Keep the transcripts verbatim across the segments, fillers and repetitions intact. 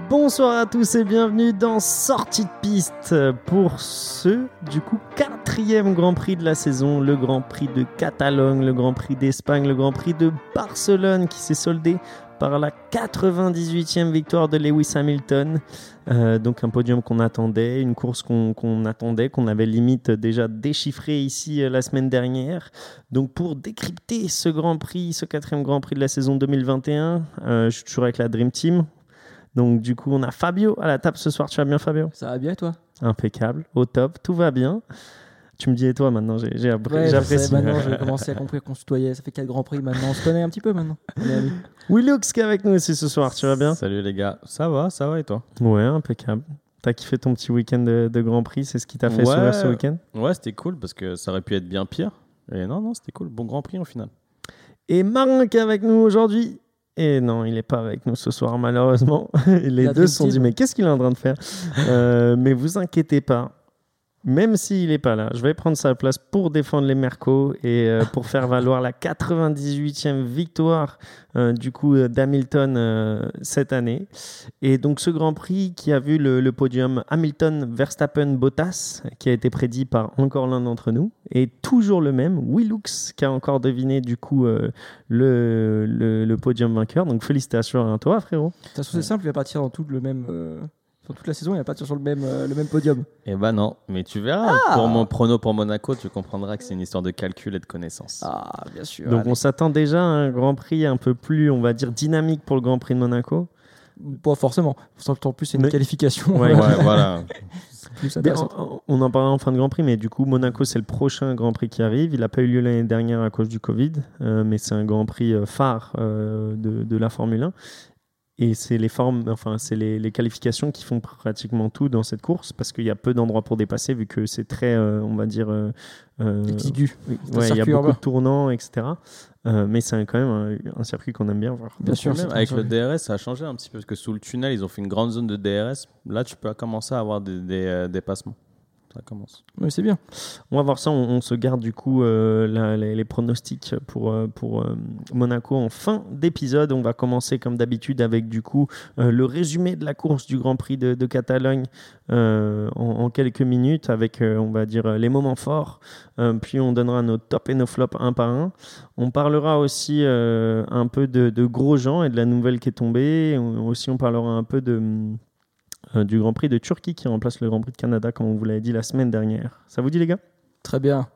Bonsoir à tous et bienvenue dans Sortie de piste pour ce, du coup, quatrième Grand Prix de la saison, le Grand Prix de Catalogne, le Grand Prix d'Espagne, le Grand Prix de Barcelone qui s'est soldé par la quatre-vingt-dix-huitième victoire de Lewis Hamilton. Euh, donc un podium qu'on attendait, une course qu'on, qu'on attendait, qu'on avait limite déjà déchiffré ici euh, la semaine dernière. Donc pour décrypter ce Grand Prix, ce quatrième Grand Prix de la saison deux mille vingt et un, euh, je suis toujours avec la Dream Team. Donc du coup on a Fabio à la table ce soir. Tu vas bien, Fabio ? Ça va bien et toi ? Impeccable, au top, tout va bien. Tu me dis et toi maintenant, j'ai, j'ai appré- ouais, j'apprécie. Maintenant j'ai commencé à comprendre qu'on se tutoyait, ça fait quatre Grands Prix maintenant, on se connaît un petit peu maintenant. Willux qui est avec nous aussi ce soir, tu vas bien ? Salut les gars, ça va, ça va et toi ? Ouais, impeccable. T'as kiffé ton petit week-end de, de Grand Prix, c'est ce qui t'a fait ouais, sourire ce week-end ? Ouais, c'était cool parce que ça aurait pu être bien pire. Et non, non, c'était cool, bon Grand Prix au final. Et Marin qui est avec nous aujourd'hui. Et non, il n'est pas avec nous ce soir malheureusement. Les La deux se sont Dream dit Team. mais qu'est-ce qu'il est en train de faire ? euh, Mais vous inquiétez pas. Même s'il n'est pas là, je vais prendre sa place pour défendre les Mercos et euh, pour faire valoir la quatre-vingt-dix-huitième victoire euh, du coup euh, d'Hamilton euh, cette année. Et donc ce Grand Prix qui a vu le, le podium Hamilton-Verstappen-Bottas qui a été prédit par encore l'un d'entre nous est toujours le même, Willux qui a encore deviné du coup euh, le, le, le podium vainqueur. Donc félicitations à toi frérot. De toute façon c'est simple, il va partir dans tout le même... Euh... Sur toute la saison, il va partir sur le même, euh, le même podium. Eh ben non, mais tu verras, Ah pour mon prono pour Monaco, tu comprendras que c'est une histoire de calcul et de connaissance. Ah, bien sûr. Donc allez. on s'attend déjà à un Grand Prix un peu plus, on va dire, dynamique pour le Grand Prix de Monaco. Pas forcément, en plus c'est une Mais... qualification. Ouais, ouais voilà. Plus Bien, on, on en parlera en fin de Grand Prix, mais du coup, Monaco, c'est le prochain Grand Prix qui arrive. Il n'a pas eu lieu l'année dernière à cause du Covid, euh, mais c'est un Grand Prix euh, phare euh, de, de la Formule un. Et c'est les formes, enfin c'est les, les qualifications qui font pratiquement tout dans cette course parce qu'il y a peu d'endroits pour dépasser vu que c'est très, euh, on va dire, euh, euh, exigu. Ouais, il y a beaucoup urbain. de tournants, et cetera. Euh, mais c'est quand même un, un circuit qu'on aime bien voir. Bien sûr. Même avec le D R S, ça a changé un petit peu parce que sous le tunnel, ils ont fait une grande zone de D R S. Là, tu peux commencer à avoir des, des euh, dépassements. Ça commence. Oui, c'est bien. On va voir ça. On, on se garde du coup euh, la, les, les pronostics pour, euh, pour euh, Monaco en fin d'épisode. On va commencer comme d'habitude avec du coup euh, le résumé de la course du Grand Prix de, de Catalogne euh, en, en quelques minutes avec euh, on va dire les moments forts. Euh, puis on donnera nos tops et nos flops un par un. On parlera aussi euh, un peu de, de Grosjean et de la nouvelle qui est tombée. On, aussi on parlera un peu de Euh, du Grand Prix de Turquie qui remplace le Grand Prix de Canada comme on vous l'avait dit la semaine dernière. Ça vous dit les gars ? Très bien.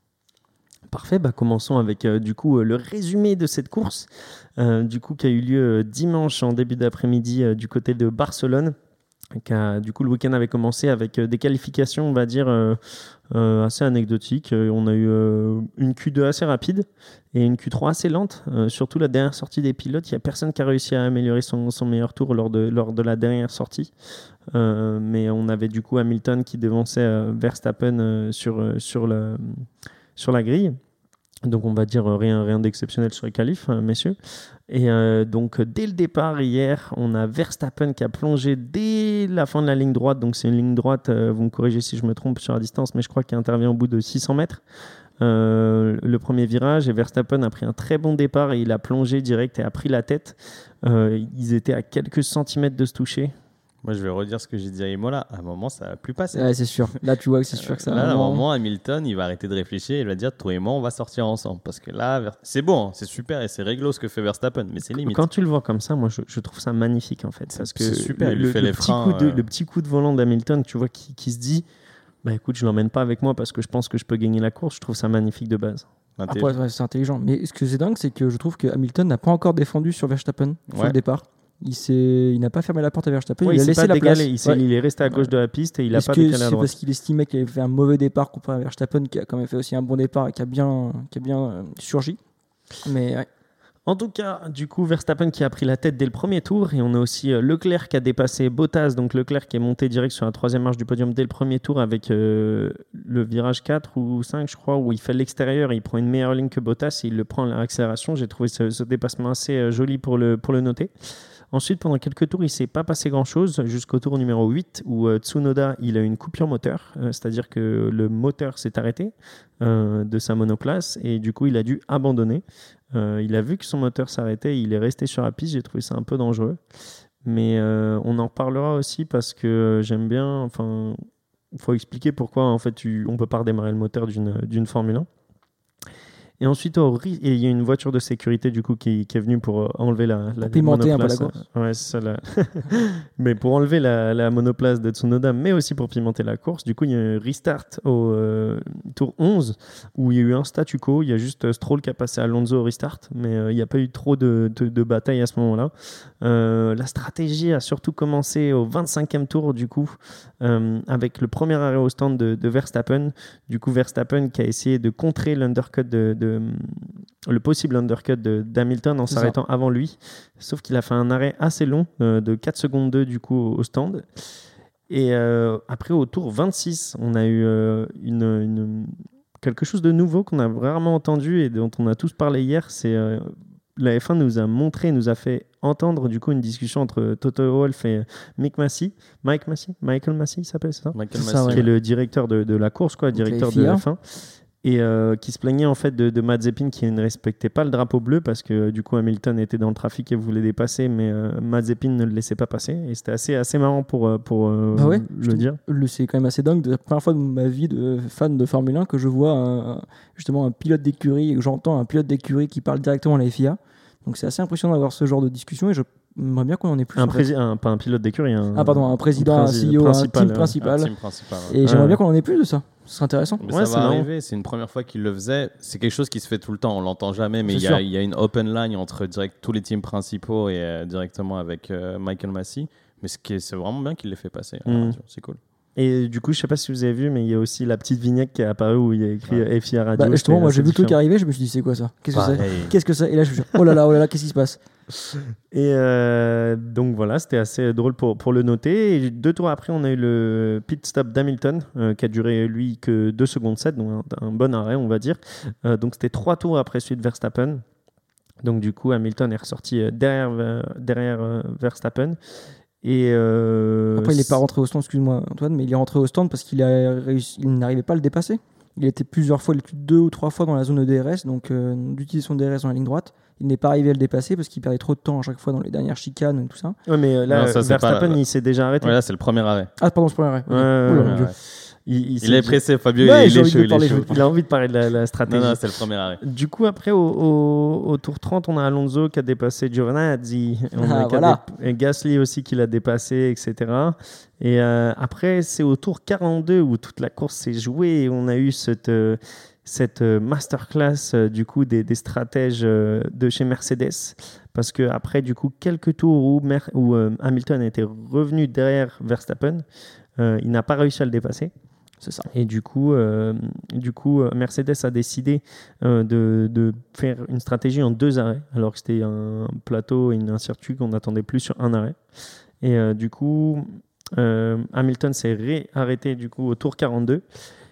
Parfait, bah commençons avec euh, du coup euh, le résumé de cette course euh, du coup qui a eu lieu euh, dimanche en début d'après-midi euh, du côté de Barcelone. Qui a, du coup le week-end avait commencé avec euh, des qualifications on va dire euh, euh, assez anecdotiques. Euh, on a eu euh, une Q deux assez rapide et une Q trois assez lente, euh, surtout la dernière sortie des pilotes. Il n'y a personne qui a réussi à améliorer son, son meilleur tour lors de, lors de la dernière sortie, euh, mais on avait du coup Hamilton qui devançait euh, Verstappen euh, sur, euh, sur, le, sur la grille. Donc on va dire rien, rien d'exceptionnel sur les qualifs, hein, messieurs. Et euh, donc dès le départ hier, on a Verstappen qui a plongé dès la fin de la ligne droite. Donc c'est une ligne droite, euh, vous me corrigez si je me trompe sur la distance, mais je crois qu'il intervient au bout de six cents mètres. Euh, le premier virage, et Verstappen a pris un très bon départ et il a plongé direct et a pris la tête. Euh, ils étaient à quelques centimètres de se toucher. Moi, je vais redire ce que j'ai dit à Imola. À un moment, ça va plus passer. Ouais, c'est sûr. Là, tu vois que c'est sûr que ça Là, va. à un moment, Hamilton, il va arrêter de réfléchir et il va dire toi et moi, on va sortir ensemble. Parce que là, Ver- c'est bon, hein, c'est super et c'est réglo ce que fait Verstappen, mais c'est limite. Quand tu le vois comme ça, moi je, je trouve ça magnifique en fait. Parce que C'est super, le, il lui le- fait le les petit freins, coup de, euh. le petit coup de volant d'Hamilton, tu vois, qui, qui se dit bah écoute, je l'emmène pas avec moi parce que je pense que je peux gagner la course. Je trouve ça magnifique de base. Après, ouais, c'est intelligent. Mais ce que c'est dingue, c'est que je trouve que Hamilton n'a pas encore défendu sur Verstappen sur Ouais. le départ. Il, s'est... il n'a pas fermé la porte à Verstappen, Ouais, il, il a s'est laissé pas la décalé, place. il, s'est- Ouais. il est resté à gauche de la piste et il a Est-ce pas que décalé à c'est droite. parce qu'il estimait qu'il avait fait un mauvais départ comparé à Verstappen, qui a quand même fait aussi un bon départ et qui a bien, qui a bien euh, surgi. Mais ouais. En tout cas, du coup, Verstappen qui a pris la tête dès le premier tour. Et on a aussi euh, Leclerc qui a dépassé Bottas. Donc Leclerc qui est monté direct sur la troisième marche du podium dès le premier tour avec euh, le virage quatre ou cinq, je crois, où il fait l'extérieur et il prend une meilleure ligne que Bottas et il le prend à l'accélération. J'ai trouvé ce, ce dépassement assez euh, joli pour le, pour le noter. Ensuite, pendant quelques tours, il ne s'est pas passé grand-chose jusqu'au tour numéro huit où euh, Tsunoda il a eu une coupure moteur, euh, c'est-à-dire que le moteur s'est arrêté euh, de sa monoplace et du coup, il a dû abandonner. Euh, il a vu que son moteur s'arrêtait, il est resté sur la piste, j'ai trouvé ça un peu dangereux. Mais euh, on en reparlera aussi parce que j'aime bien. Enfin, il faut expliquer pourquoi en fait tu, on peut pas redémarrer le moteur d'une d'une Formule un. Et ensuite, au ri- et il y a une voiture de sécurité du coup qui, qui est venue pour euh, enlever la, la Pour pimenter un peu la monoplace. course. Ouais, c'est ça. La... mais pour enlever la, la monoplace de Tsunoda, mais aussi pour pimenter la course. Du coup, il y a un restart au euh, tour onze où il y a eu un statu quo. Il y a juste euh, Stroll qui a passé Alonso au restart, mais euh, il n'y a pas eu trop de, de, de bataille à ce moment-là. Euh, la stratégie a surtout commencé au vingt-cinquième tour du coup, euh, avec le premier arrêt au stand de, de Verstappen. Du coup, Verstappen qui a essayé de contrer l'undercut de, de le possible undercut de, d'Hamilton en C'est s'arrêtant avant lui, sauf qu'il a fait un arrêt assez long euh, de quatre secondes deux du coup au stand. Et euh, après au tour vingt-six, on a eu euh, une, une, quelque chose de nouveau qu'on a rarement entendu et dont on a tous parlé hier. C'est euh, la F un nous a montré, nous a fait entendre du coup une discussion entre Toto Wolff et Mick Massey, Mike Massey, Michael Massey, il s'appelle c'est ça, Michael C'est ça, Massey. qui est le directeur de, de la course, quoi, Donc, directeur la F I A. de F un. Et euh, qui se plaignait en fait de, de Mazepin qui ne respectait pas le drapeau bleu parce que du coup Hamilton était dans le trafic et voulait dépasser, mais euh, Mazepin ne le laissait pas passer. Et c'était assez, assez marrant pour, euh, pour euh, Bah ouais, le je trouve- dire. le- c'est quand même assez dingue. C'est la première fois de ma vie de fan de Formule un que je vois un- justement un pilote d'écurie, et que j'entends un pilote d'écurie qui parle directement à la F I A. Donc c'est assez impressionnant d'avoir ce genre de discussion et je j'aimerais bien qu'on en ait plus. Un en fait. prési- un- pas un pilote d'écurie, un, Ah pardon, un président, un prési- C E O, un principal, team euh, principal. Un team principal, ouais. Et j'aimerais Ouais. bien qu'on en ait plus de ça. Ce serait intéressant. Mais Ouais, ça c'est va marrant. arriver, c'est une première fois qu'il le faisait. C'est quelque chose qui se fait tout le temps, on l'entend jamais, mais C'est il y, sûr. a- il y a une open line entre direct, tous les teams principaux et euh, directement avec euh, Michael Massey. Mais ce qui est- c'est vraiment bien qu'il l'ait fait passer. à la Mm. radio, c'est cool. Et du coup, je sais pas si vous avez vu, mais il y a aussi la petite vignette qui est apparue où il y a écrit Ouais. F I A Radio. Bah, justement, C'était moi assez j'ai vu le truc différent. arriver, je me suis dit c'est quoi ça Qu'est-ce que c'est Pareil. Qu'est-ce que c'est Et là je me suis dit oh là là, oh là là, qu'est-ce qui se passe Et euh, donc voilà, c'était assez drôle pour, pour le noter. Et deux tours après, on a eu le pit stop d'Hamilton euh, qui a duré lui que deux secondes sept, donc un, un bon arrêt, on va dire. Euh, donc c'était trois tours après celui de Verstappen. Donc du coup, Hamilton est ressorti euh, derrière, euh, derrière euh, Verstappen. Et euh, Après il n'est pas rentré au stand, excuse-moi Antoine, mais il est rentré au stand parce qu'il a réussi, il n'arrivait pas à le dépasser. Il était plusieurs fois, deux ou trois fois dans la zone de D R S, donc euh, d'utiliser son D R S dans la ligne droite. Il n'est pas arrivé à le dépasser parce qu'il perdait trop de temps à chaque fois dans les dernières chicanes et tout ça. Ouais, mais euh, là, Non, ça, c'est Verstappen, pas- il s'est déjà arrêté. Ouais, là, c'est le premier arrêt. Ah pardon, c'est pas vrai. Ouais, ouais, Oula, ouais, mon Dieu. Ouais. Il, il Il s'est- est pressé, Fabio. Ouais, il j'ai est envie chaud, de il est parler, chaud. j'ai envie il a envie de parler de la, la stratégie. Non, non, c'est le premier arrêt. Du coup, après, au, au, au tour trente, on a Alonso qui a dépassé Giovinazzi. On a Ah, qui a voilà. dé- et Gasly aussi qui l'a dépassé, et cetera. Et euh, après, c'est au tour quarante-deux où toute la course s'est jouée et on a eu cette, euh, cette euh, masterclass euh, du coup, des, des stratèges euh, de chez Mercedes. Parce qu'après, du coup, quelques tours où, Mer- où euh, Hamilton était revenu derrière Verstappen, euh, il n'a pas réussi à le dépasser. C'est ça. Et du coup, euh, du coup euh, Mercedes a décidé euh, de, de faire une stratégie en deux arrêts, alors que c'était un plateau et un circuit qu'on n'attendait plus sur un arrêt. Et euh, du coup, euh, Hamilton s'est réarrêté du coup au tour quarante-deux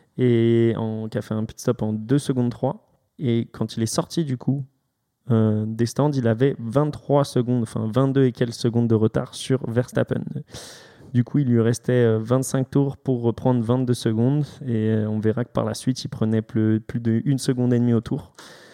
et en, qui a fait un pit stop en deux secondes trois. Et quand il est sorti du coup euh, des stands, il avait vingt-trois secondes, enfin vingt-deux et quelques secondes de retard sur Verstappen. Du coup, il lui restait euh, vingt-cinq tours pour reprendre vingt-deux secondes et euh, on verra que par la suite, il prenait plus, plus d'une seconde et demie au tour.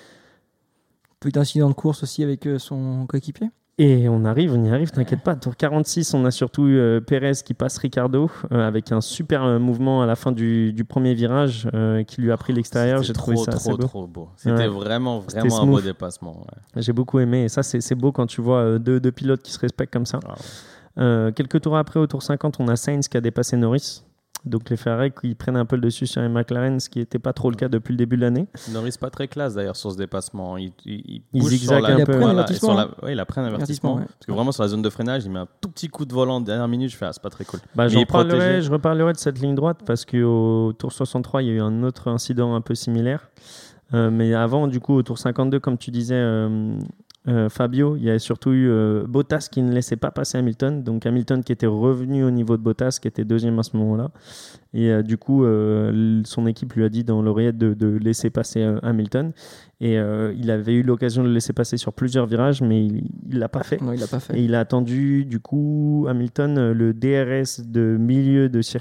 Petit incident de course aussi avec euh, son coéquipier. Et on arrive, on y arrive, t'inquiète pas. Tour quarante-six, on a surtout eu euh, Pérez qui passe Ricardo euh, avec un super euh, mouvement à la fin du, du premier virage euh, qui lui a pris l'extérieur. J'ai C'était trouvé trop, ça assez trop, beau. trop beau. C'était Ouais. vraiment, C'était vraiment un beau smooth. dépassement. Ouais. J'ai beaucoup aimé et ça, c'est c'est beau quand tu vois euh, deux, deux pilotes qui se respectent comme ça. Ah ouais. Euh, quelques tours après, au tour cinquante, on a Sainz qui a dépassé Norris. Donc les Ferrari qui prennent un peu le dessus sur les McLaren, ce qui n'était pas trop le cas depuis le début de l'année. Norris pas très classe d'ailleurs sur ce dépassement. Il, il, il Il bouge zigzague sur la, un Il peu. a pris un voilà, avertissement, sur la- hein. ouais, il a pris un Avertissement, avertissement. ouais. Parce que vraiment sur la zone de freinage, il met un tout petit coup de volant de dernière minute. Je fais, ah, c'est pas très cool. Bah, Mais j'en il parlerai, protégeait. je reparlerai de cette ligne droite parce qu'au tour soixante-trois, il y a eu un autre incident un peu similaire. Euh, mais avant, du coup, au tour cinquante-deux, comme tu disais, euh, euh, Fabio, il y a surtout eu euh, Bottas qui ne laissait pas passer Hamilton. Donc Hamilton qui était revenu au niveau de Bottas, qui était deuxième à ce moment-là. Et euh, du coup, euh, l- son équipe lui a dit dans l'oreillette de, de laisser passer euh, Hamilton. Et euh, il avait eu l'occasion de le laisser passer sur plusieurs virages, mais il ne l'a pas fait. Non, il l'a pas fait. Et il a attendu, du coup, Hamilton, euh, le D R S de milieu de circuit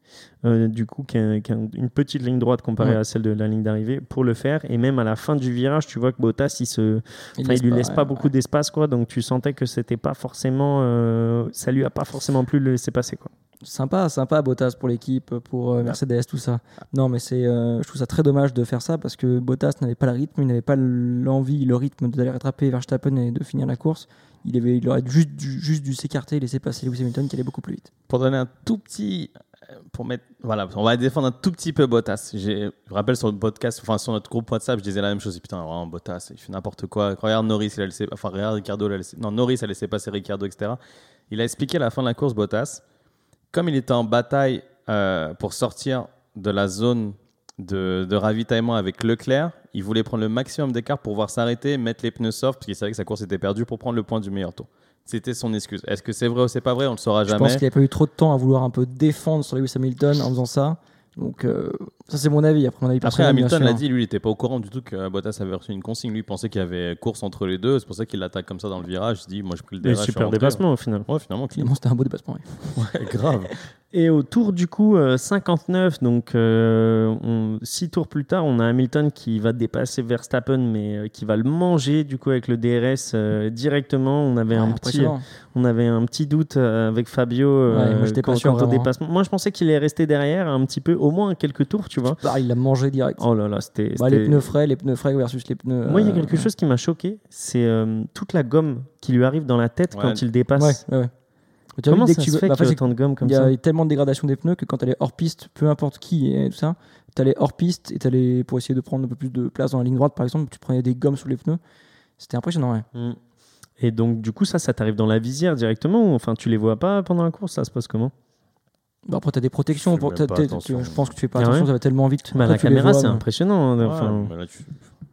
euh, du coup, qui a, qui a une petite ligne droite comparée Ouais. à celle de la ligne d'arrivée pour le faire. Et même à la fin du virage, tu vois que Bottas, il se, Il, enfin, il lui laisse ouais, pas ouais. beaucoup d'espace, quoi. Donc tu sentais que c'était pas forcément, euh, ça lui a pas forcément plu de le laisser passer, quoi. Sympa, sympa Bottas pour l'équipe, pour euh, Mercedes, tout ça. Non, mais c'est, euh, je trouve ça très dommage de faire ça parce que Bottas n'avait pas le rythme, il n'avait pas l'envie, le rythme d'aller rattraper Verstappen et de finir la course. Il, avait, il aurait juste dû, juste dû s'écarter et laisser passer Lewis Hamilton qui allait beaucoup plus vite. Pour donner un tout petit. Pour mettre, voilà, on va défendre un tout petit peu Bottas. J'ai, je me rappelle sur le podcast, enfin sur notre groupe WhatsApp, je disais la même chose. Putain, vraiment, Bottas, il fait n'importe quoi. Regarde Norris, il a laissé, enfin regarde Ricardo, il a laissé, non Norris a laissé passer Ricardo, et cetera. Il a expliqué à la fin de la course, Bottas, comme il était en bataille euh, pour sortir de la zone de, de ravitaillement avec Leclerc, il voulait prendre le maximum d'écart pour pouvoir s'arrêter, mettre les pneus soft, parce qu'il savait que sa course était perdue pour prendre le point du meilleur tour. C'était son excuse. Est-ce que c'est vrai ou c'est pas vrai? On le saura Je jamais. pense qu'il n'avait pas eu trop de temps à vouloir un peu défendre sur Lewis Hamilton en faisant ça. Donc, euh, ça, c'est mon avis. Après, mon avis Après, personnel, bien Hamilton sûr. l'a dit, lui, il n'était pas au courant du tout que Bottas avait reçu une consigne. Lui, il pensait qu'il y avait course entre les deux. C'est pour ça qu'il l'attaque comme ça dans le virage. Il se dit, moi, j'ai pris le Et virage. je suis super rentré. dépassement au final. Ouais, finalement, clean. Finalement, c'était un beau dépassement. Oui. Ouais, grave. Et au tour du coup euh, cinquante-neuf, donc euh, on- six tours plus tard, on a Hamilton qui va dépasser Verstappen, mais euh, qui va le manger du coup avec le D R S euh, directement. On avait, Ouais, un petit, impressionnant. on avait un petit doute euh, avec Fabio euh, Ouais, moi, j'étais pas quant, sûr, quant au vraiment. dépassement. Moi, je pensais qu'il allait rester derrière un petit peu, au moins quelques tours, tu vois. Bah, il l'a mangé direct. Oh là là, c'était. Bah, c'était- les pneus frais, les pneus frais versus les pneus. Moi, il y a euh, quelque chose qui m'a choqué, c'est euh, toute la gomme qui lui arrive dans la tête Ouais. quand il dépasse. Ouais, ouais, ouais. Tu as vu, Comment dès ça que tu se veux- fait bah, qu'il y a parce que autant de gomme comme il y ça a tellement de dégradation des pneus que quand tu allais hors piste, peu importe qui et tout ça, tu allais hors piste et tu allais pour essayer de prendre un peu plus de place dans la ligne droite, par exemple, tu prenais des gommes sous les pneus. C'était impressionnant. Ouais. Mm. Et donc, du coup, ça, ça t'arrive dans la visière directement ou enfin, tu les vois pas pendant la course? Ça se passe comment? Bah, après, tu as des protections. Je fais Pour, même t'as- pas t'as- attention. tu- je pense que tu fais pas Ah attention, ouais ça va tellement vite. Bah, Après, la tu les caméra, vois, c'est mais- impressionnant. hein, Ouais, enfin. mais là, tu-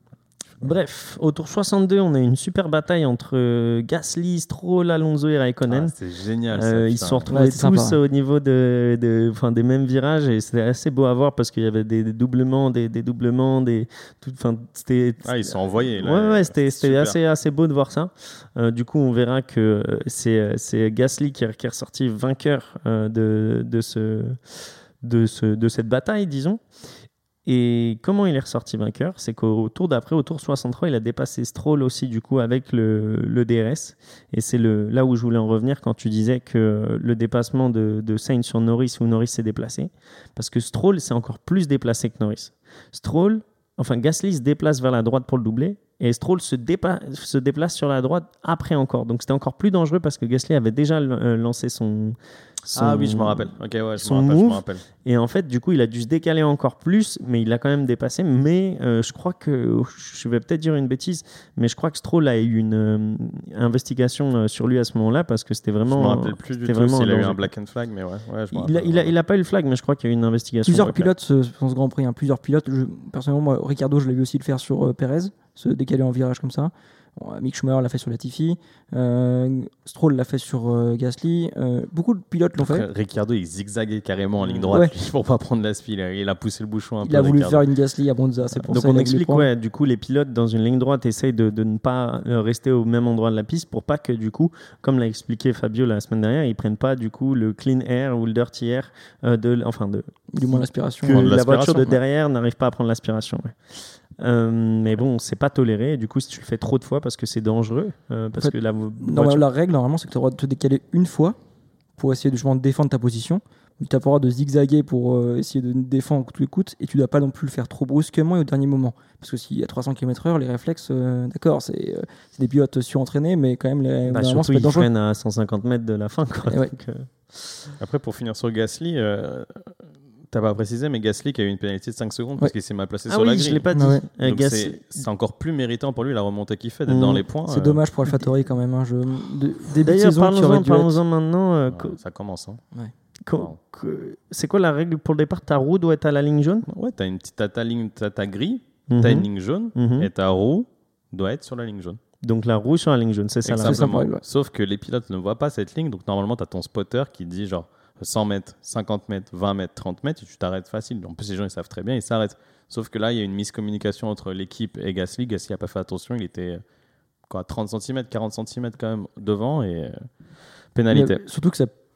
Bref, au tour soixante-deux, on a une super bataille entre euh, Gasly, Stroll, Alonso et Raikkonen. Ah, c'est génial. ça, Euh, ils putain. se sont retrouvés Ouais, c'est tous sympa. au niveau de, de, enfin, des mêmes virages et c'était assez beau à voir parce qu'il y avait des, des doublements, des dédoublements, des, tout, enfin, c'était, Ah, ils sont envoyés. Là. ouais, ouais, c'était, c'était Super. assez, assez beau de voir ça. Euh, du coup, on verra que euh, c'est, c'est Gasly qui est, qui est ressorti vainqueur euh, de, de, ce, de, ce, de cette bataille, disons. Et comment il est ressorti vainqueur? C'est qu'au tour d'après, au tour soixante-trois, il a dépassé Stroll aussi, du coup, avec le, le D R S. Et c'est le, là où je voulais en revenir quand tu disais que le dépassement de, de Sainz sur Norris, où Norris s'est déplacé. Parce que Stroll s'est encore plus déplacé que Norris. Stroll, enfin Gasly se déplace vers la droite pour le doubler. Et Stroll se, dépa- se déplace sur la droite après encore. Donc c'était encore plus dangereux parce que Gasly avait déjà euh, lancé son, son- Ah oui, je me rappelle. Ok, ouais, je son me rappelle, je me move. rappelle. Et en fait, du coup, il a dû se décaler encore plus, mais il l'a quand même dépassé. Mais euh, je crois que, je vais peut-être dire une bêtise, mais je crois que Stroll a eu une euh, investigation euh, sur lui à ce moment-là parce que c'était Je vraiment. me rappelle plus du c'était tout vraiment s'il a eu danger. un black and flag, mais ouais, ouais je me Il a, rappelle. il, a, il a pas eu le flag, mais je crois qu'il y a eu une investigation. Plusieurs Ouais. pilotes se- dans ce Grand Prix, hein, plusieurs pilotes. Je- personnellement, moi, Ricardo, je l'ai vu aussi le faire sur euh, Perez, se décaler en virage comme ça. Bon, Mick Schumacher l'a fait sur Latifi, euh, Stroll l'a fait sur euh, Gasly. Euh, beaucoup de pilotes l'ont fait. Après, Ricciardo, il zigzaguait carrément en ligne droite Ouais. lui, pour pas prendre la speed. Il a, il a poussé le bouchon un Il peu. a voulu Ricciardo. faire une Gasly à Monza, c'est pour Donc ça qu'il on a voulu explique, prendre. ouais, du coup, les pilotes dans une ligne droite essayent de, de ne pas euh, rester au même endroit de la piste pour pas que, du coup, comme l'a expliqué Fabio la semaine dernière, ils prennent pas, du coup, le clean air ou le dirty air euh, de, enfin, de, Du moins l'aspiration. que Prendre la voiture l'aspiration, de ouais. derrière n'arrive pas à prendre l'aspiration. ouais. Euh, mais bon, c'est pas toléré. Et du coup, si tu le fais trop de fois, parce que c'est dangereux, euh, parce En fait, que la vo- Normalement, voiture- la règle, normalement, c'est que tu as le droit de te décaler une fois pour essayer de, justement, de défendre ta position. Tu n'as pas le droit de zigzaguer pour euh, essayer de défendre coûte que coûte. Et tu ne dois pas non plus le faire trop brusquement et au dernier moment. Parce que si à trois cents kilomètres heure, les réflexes, euh, d'accord, c'est euh, c'est des pilotes surentraînés, mais quand même, les, bah, normalement, surtout, c'est pas ils dangereux. freinent à cent cinquante mètres de la fin. Quoi. Et ouais. Donc, euh, Après, pour finir sur Gasly, euh, t'as pas précisé, mais Gasly qui a eu une pénalité de cinq secondes parce Ouais. qu'il s'est mal placé Ah sur la oui, grille. je l'ai pas dit. Ah ouais. Euh, Donc Gasly- c'est, c'est encore plus méritant pour lui la remontée qu'il fait d'être Mm. dans les points. C'est euh, dommage pour AlphaTauri quand même. Hein. Je... de- début de D'ailleurs, saison qui aurait parlons-en, dû parlons-en être- maintenant. euh, ouais, co- ça commence. Hein. co- Wow. que- c'est quoi la règle pour le départ? Ta roue doit être à la ligne jaune? Ouais, t'as une petite, t'as ta ligne, t'as ta grille, Mhm. t'as une ligne jaune Mhm. et ta roue doit être sur la ligne jaune. Donc la roue sur la ligne jaune, c'est ça la ça, règle. ça, Exactement. pareil, ouais. Sauf que les pilotes ne voient pas cette ligne, donc normalement t'as ton spotter qui dit genre cent mètres, cinquante mètres, vingt mètres, trente mètres, et tu t'arrêtes facile. En plus, les gens ils savent très bien, ils s'arrêtent. Sauf que là, il y a une miscommunication entre l'équipe et Gasly. Gasly n'a pas fait attention, il était quoi, trente centimètres, quarante centimètres quand même devant et euh, pénalité. Mais surtout que ça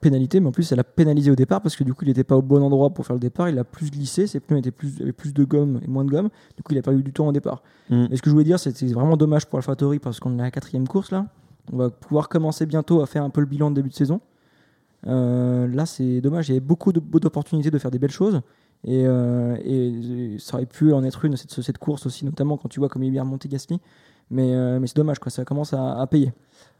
pénalité, mais en plus, elle a pénalisé au départ parce que du coup, il n'était pas au bon endroit pour faire le départ. Il a plus glissé, ses pneus étaient plus, avaient plus de gomme et moins de gomme. Du coup, il a perdu du temps au départ. Mm. Et ce que je voulais dire, c'est que c'est vraiment dommage pour AlphaTauri parce qu'on est à la quatrième course là. On va pouvoir commencer bientôt à faire un peu le bilan de début de saison. Euh, là, c'est dommage. Il y avait beaucoup de- d'opportunités de faire des belles choses. Et, euh, et ça aurait pu en être une, cette, cette course aussi, notamment quand tu vois comme il est bien remonté Gasly. Mais, euh, mais c'est dommage, quoi. Ça commence à, à payer.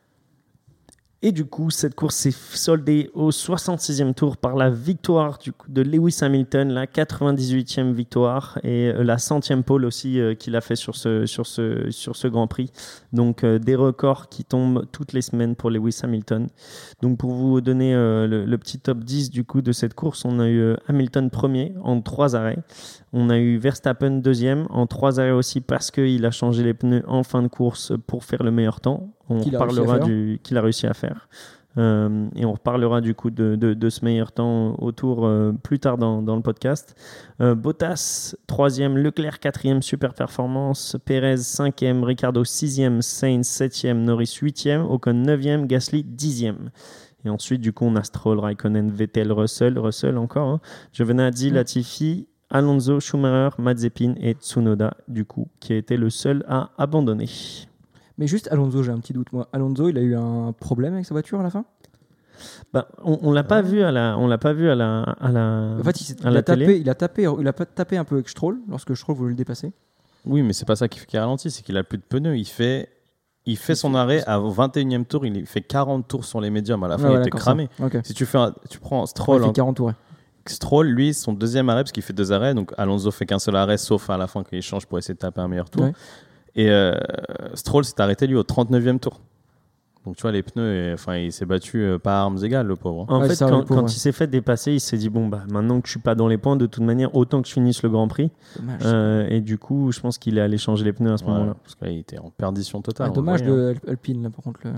Et du coup, cette course s'est soldée au soixante-sixième tour par la victoire du coup, de Lewis Hamilton, la quatre-vingt-dix-huitième victoire et euh, la centième pole aussi euh, qu'il a fait sur ce, sur ce, sur ce Grand Prix. Donc euh, des records qui tombent toutes les semaines pour Lewis Hamilton. Donc pour vous donner euh, le, le petit top dix du coup de cette course, on a eu euh, Hamilton premier en trois arrêts. On a eu Verstappen deuxième en trois arrêts aussi parce qu'il a changé les pneus en fin de course pour faire le meilleur temps. On Qu'il a reparlera réussi à faire. du qu'il a réussi à faire. Euh, et on reparlera du coup de, de, de ce meilleur temps autour euh, plus tard dans, dans le podcast. Euh, Bottas troisième, Leclerc quatrième, super performance, Perez cinquième, Ricciardo sixième, Sainz septième, Norris huitième, Ocon neuvième, Gasly dixième. Et ensuite du coup on a Stroll, Raikkonen, Vettel, Russell, Russell encore, hein, Giovinazzi, Mm. Latifi, Alonso, Schumacher, Mazepin et Tsunoda du coup qui a été le seul à abandonner. Mais juste Alonso, j'ai un petit doute. Moi, Alonso, il a eu un problème avec sa voiture à la fin. Bah, on, on l'a pas vu à la, on l'a pas vu à la, à la, En fait, il, s'est- à il la a télé. tapé, il a tapé, il a pas tapé un peu avec Stroll lorsque Stroll voulait le dépasser. Oui, mais c'est pas ça qui fait qu'il ralentit, c'est qu'il a plus de pneus. Il fait, il fait Il son fait- arrêt à vingt et unième tour, il fait quarante tours sur les médiums. À la fin, Ouais, il ouais, était d'accord, cramé. ça. Ok. Si tu, fais un- tu prends Ouais, Stroll, il fait en- quarante tours. ouais. Stroll, lui, son deuxième arrêt, parce qu'il fait deux arrêts, donc Alonso fait qu'un seul arrêt, sauf à la fin qu'il change pour essayer de taper un meilleur tour. Ouais. Et euh, Stroll s'est arrêté, lui, au trente-neuvième tour. Donc tu vois, les pneus, et, enfin, il s'est battu euh, pas à armes égales, le pauvre. En Ouais, fait, ça, quand, le pauvre, quand ouais. il s'est fait dépasser, il s'est dit bon bah maintenant que je suis pas dans les points, de toute manière, autant que je finisse le Grand Prix. Dommage. Euh, et du coup, je pense qu'il est allé changer les pneus à ce Ouais, moment-là. parce qu'il était en perdition totale. Ah, on le dommage voyait, hein. de Al- Alpine là, par contre. Le...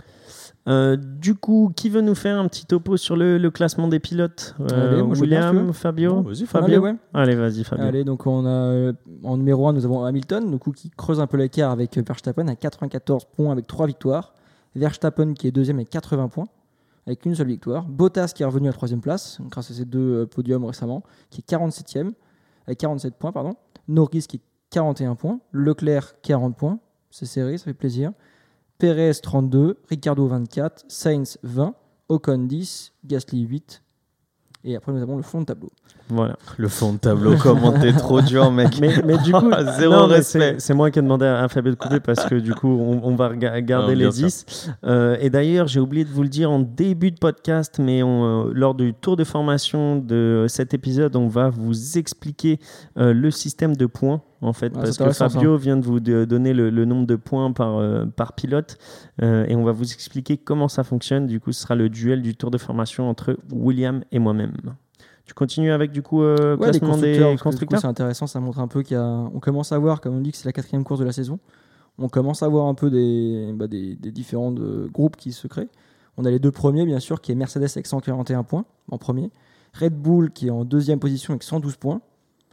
Euh, du coup, qui veut nous faire un petit topo sur le, le classement des pilotes Euh, Allez, moi, je veux bien, si tu William, veux. Fabio, Bon, vas-y, Fabio. Allez, ouais. Allez, vas-y, Fabio. Allez, donc on a euh, en numéro un, nous avons Hamilton, du coup, qui creuse un peu l'écart avec euh, Verstappen à quatre-vingt-quatorze points avec trois victoires. Verstappen qui est deuxième avec quatre-vingts points avec une seule victoire. Bottas qui est revenu à troisième place grâce à ses deux euh, podiums récemment, qui est quarante-septième avec quarante-sept points, pardon. Norris qui est quarante et un points. Leclerc quarante points, c'est serré, ça fait plaisir. Perez trente-deux, Ricciardo vingt-quatre, Sainz vingt, Ocon dix, Gasly huit. Et après nous avons le fond de tableau. Voilà. Le fond de tableau, comment t'es trop dur, mec. Mais, mais du coup, Zéro non, mais respect. c'est, c'est moi qui ai demandé à Fabio de couper parce que du coup, on, on va rega- garder Non, bien les sûr. dix. Euh, et d'ailleurs, j'ai oublié de vous le dire en début de podcast, mais on, euh, lors du tour de formation de cet épisode, on va vous expliquer euh, le système de points. En fait, Ah, parce c'est que intéressant, Fabio vient de vous de- donner le, le nombre de points par, euh, par pilote euh, et on va vous expliquer comment ça fonctionne. Du coup, ce sera le duel du tour de formation entre William et moi-même. Tu continues avec du coup euh, Ouais, les classement constructeurs, des parce que, du coup, constructeurs. c'est intéressant, ça montre un peu qu'il y a, on commence à voir, comme on dit que c'est la quatrième course de la saison, on commence à voir un peu des, bah, des, des différents euh, groupes qui se créent. On a les deux premiers, bien sûr, qui est Mercedes avec cent quarante et un points en premier, Red Bull qui est en deuxième position avec cent douze points,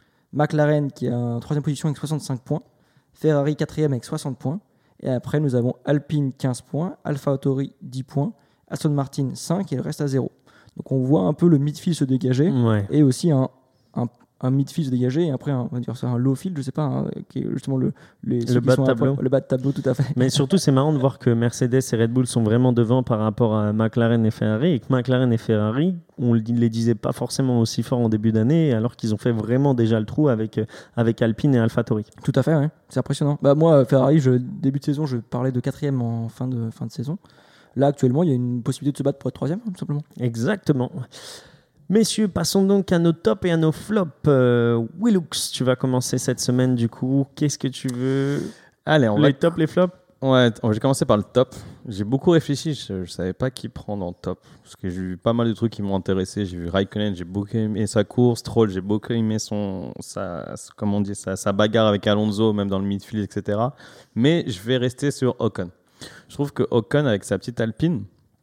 McLaren qui est en troisième position avec soixante-cinq points, Ferrari quatrième avec soixante points, et après nous avons Alpine quinze points, AlphaTauri dix points, Aston Martin cinq et le reste à zéro. Donc on voit un peu le midfield se dégager Ouais. et aussi un, un, un midfield se dégager et après un, on va dire ça, un low field, je sais pas, hein, qui est justement le, les, ceux Le qui bas de sont tableau. après- le bas de tableau, tout à fait. Mais surtout, c'est marrant de voir que Mercedes et Red Bull sont vraiment devant par rapport à McLaren et Ferrari, et que McLaren et Ferrari, on ne les disait pas forcément aussi fort en début d'année, alors qu'ils ont fait vraiment déjà le trou avec, avec Alpine et AlphaTauri. Tout à fait, ouais. C'est impressionnant. Bah, moi, Ferrari, je, début de saison, je parlais de quatrième en fin de, fin de saison. Là, actuellement, il y a une possibilité de se battre pour être troisième, tout simplement. Exactement. Messieurs, passons donc à nos tops et à nos flops. Euh, Willux, tu vas commencer cette semaine du coup. Qu'est-ce que tu veux Allez, on Les va. tops, les flops Ouais, t- j'ai commencé par le top. J'ai beaucoup réfléchi, je, ne savais pas qui prendre en top. Parce que j'ai vu pas mal de trucs qui m'ont intéressé. J'ai vu Raikkonen, j'ai beaucoup aimé sa course. Stroll, j'ai beaucoup aimé son, sa, comment on dit, sa, sa bagarre avec Alonso, même dans le midfield, et cetera. Mais je vais rester sur Ocon. Je trouve que Ocon, avec sa petite Alpine,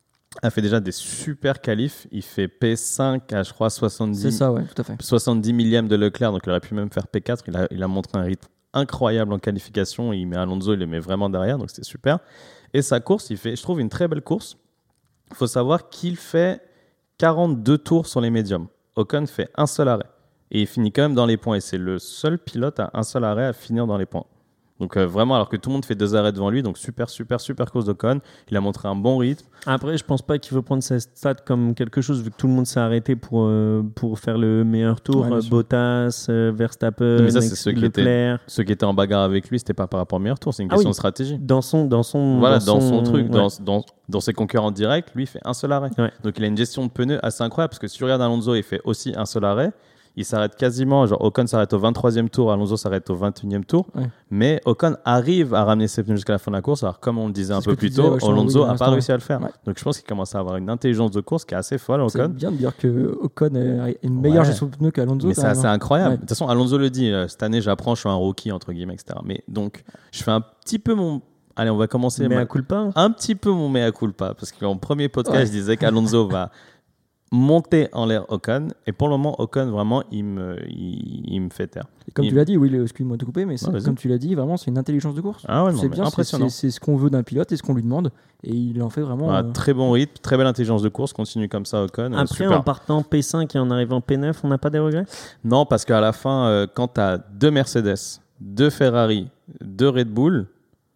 a fait déjà des super qualifs. Il fait P cinq à, je crois, soixante-dix, C'est ça, ouais, tout à fait. soixante-dix millièmes de Leclerc. Donc il aurait pu même faire P quatre. Il a, il a montré un rythme incroyable en qualification. Il met Alonso, il le met vraiment derrière. Donc c'était super. Et sa course, il fait, je trouve, une très belle course. Il faut savoir qu'il fait, quarante-deux tours sur les médiums. Ocon fait un seul arrêt. Et il finit quand même dans les points. Et c'est le seul pilote à un seul arrêt à finir dans les points. Donc euh, vraiment, alors que tout le monde fait deux arrêts devant lui. Donc super, super, super course d'Ocon. Il a montré un bon rythme. Après, je pense pas qu'il faut prendre cette stat comme quelque chose, vu que tout le monde s'est arrêté pour, euh, pour faire le meilleur tour. Ouais, euh, Bottas, euh, Verstappen, Mais ça, c'est ceux qui, Leclerc. étaient, ceux qui étaient en bagarre avec lui, c'était pas par rapport au meilleur tour. C'est une Ah question oui. de stratégie. Dans son, dans son, Voilà, dans son, truc, ouais. dans, dans, dans ses concurrents directs, lui, il fait un seul arrêt. Ouais. Donc, il a une gestion de pneus assez incroyable parce que si tu regardes Alonso, il fait aussi un seul arrêt. Il s'arrête quasiment, genre Ocon s'arrête au vingt-troisième tour, Alonso s'arrête au vingt et unième tour. Ouais. Mais Ocon arrive à ramener ses pneus jusqu'à la fin de la course. Alors, comme on le disait C'est un ce peu que tu plus disais, tôt, ouais, je t'en Alonso oui, n'a pas réussi à le faire. Ouais. Donc, je pense qu'il commence à avoir une intelligence de course qui est assez folle, C'est Ocon. bien de dire que Ocon a une meilleure Ouais. gestion de pneus qu'Alonso. Mais quand c'est même, assez hein. incroyable. Ouais. De toute façon, Alonso le dit, euh, cette année, j'apprends, je suis un rookie, entre guillemets, et cetera. Mais donc, je fais un petit peu mon. Allez, on va commencer. Mais ma- à culpa. un petit peu mon mea culpa, parce qu'en premier podcast, Ouais. je disais qu'Alonso va monter en l'air Ocon, et pour le moment, Ocon, vraiment, il me, il, il me fait taire. Et comme Il- tu l'as dit, oui, le- excuse-moi de te couper, mais c'est- Ouais, vas-y. comme tu l'as dit, vraiment, c'est une intelligence de course. Ah ouais, non, c'est mais bien, c'est- impressionnant. c'est c'est ce qu'on veut d'un pilote et ce qu'on lui demande, et il en fait vraiment. Voilà, euh, très bon rythme, très belle intelligence de course, continue comme ça, Ocon. euh, Après, super. en partant P cinq et en arrivant P neuf, on n'a pas des regrets? Non, parce qu'à la fin, euh, quand tu as deux Mercedes, deux Ferrari, deux Red Bull,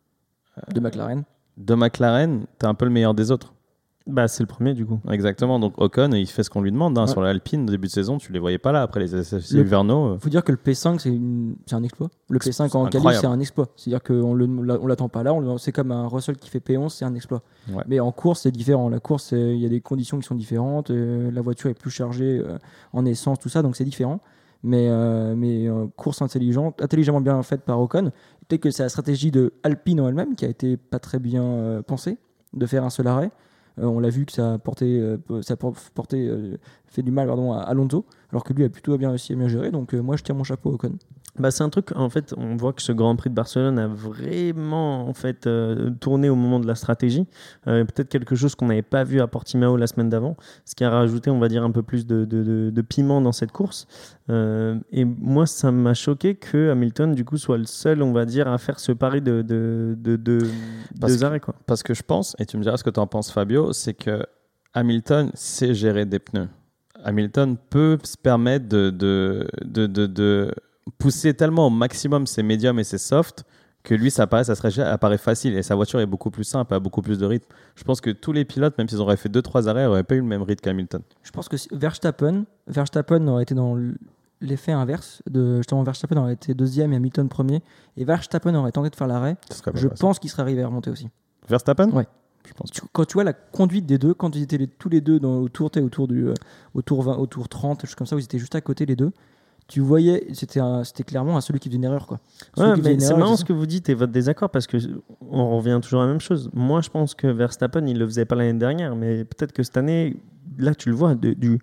de McLaren. deux McLaren, tu es un peu le meilleur des autres. Bah, c'est le premier du coup. Exactement, donc Ocon, il fait ce qu'on lui demande. Hein. Ouais. Sur l'Alpine, au début de saison, tu les voyais pas là. Après les essais Le- hivernaux, euh, Il faut dire que le P cinq, c'est une- c'est un exploit. Le P cinq en C'est qualif, incroyable. c'est un exploit. C'est-à-dire qu'on ne l'attend pas là. on le- C'est comme un Russell qui fait P onze, c'est un exploit. Ouais. Mais en course, c'est différent. La course, c'est- il y a des conditions qui sont différentes. euh, la voiture est plus chargée euh, en essence, tout ça, donc c'est différent. Mais, euh, mais euh, course intelligente, intelligemment bien faite par Ocon. Peut-être que c'est la stratégie de Alpine en elle-même qui a été pas très bien euh, pensée, de faire un seul arrêt. Euh, on l'a vu que ça a, porté, euh, ça a por- porté, euh, fait du mal pardon, à Alonso, alors que lui a plutôt bien réussi à bien gérer. Donc euh, moi, je tire mon chapeau à Ocon. Bah, c'est un truc, en fait, on voit que ce Grand Prix de Barcelone a vraiment en fait, euh, tourné au moment de la stratégie. Euh, peut-être quelque chose qu'on n'avait pas vu à Portimao la semaine d'avant, ce qui a rajouté, on va dire, un peu plus de, de, de, de piment dans cette course. Euh, et moi, ça m'a choqué que Hamilton, du coup, soit le seul, on va dire, à faire ce pari de, de, de, de Parce deux que- arrêts. Quoi. parce que je pense, et tu me diras ce que tu en penses, Fabio, c'est que Hamilton sait gérer des pneus. Hamilton peut se permettre de, de, de, de, de pousser tellement au maximum ses médiums et ses softs que lui, ça paraît, ça serait, apparaît facile et sa voiture est beaucoup plus simple, a beaucoup plus de rythme. Je pense que tous les pilotes, même s'ils auraient fait deux trois arrêts, n'auraient pas eu le même rythme qu'Hamilton. Je pense que si- Verstappen, Verstappen aurait été dans l'effet inverse. De, justement, Verstappen aurait été deuxième et Hamilton premier. Et Verstappen aurait tenté de faire l'arrêt. Ce serait pas Je facile. pense qu'il serait arrivé à remonter aussi. Verstappen Ouais. Je pense. Tu- quand tu vois la conduite des deux, quand ils étaient les- tous les deux dans, autour, t'es autour, du, euh, autour vingt, autour trente, quelque chose comme ça, où ils étaient juste à côté les deux, tu voyais, c'était, un- c'était clairement un celui qui faisait une erreur. Quoi. Celui Ouais, qui faisait mais une c'est erreur, marrant c'est ce que vous dites et votre désaccord parce que on revient toujours à la même chose. Moi, je pense que Verstappen, il le faisait pas l'année dernière, mais peut-être que cette année, là, tu le vois, de- du,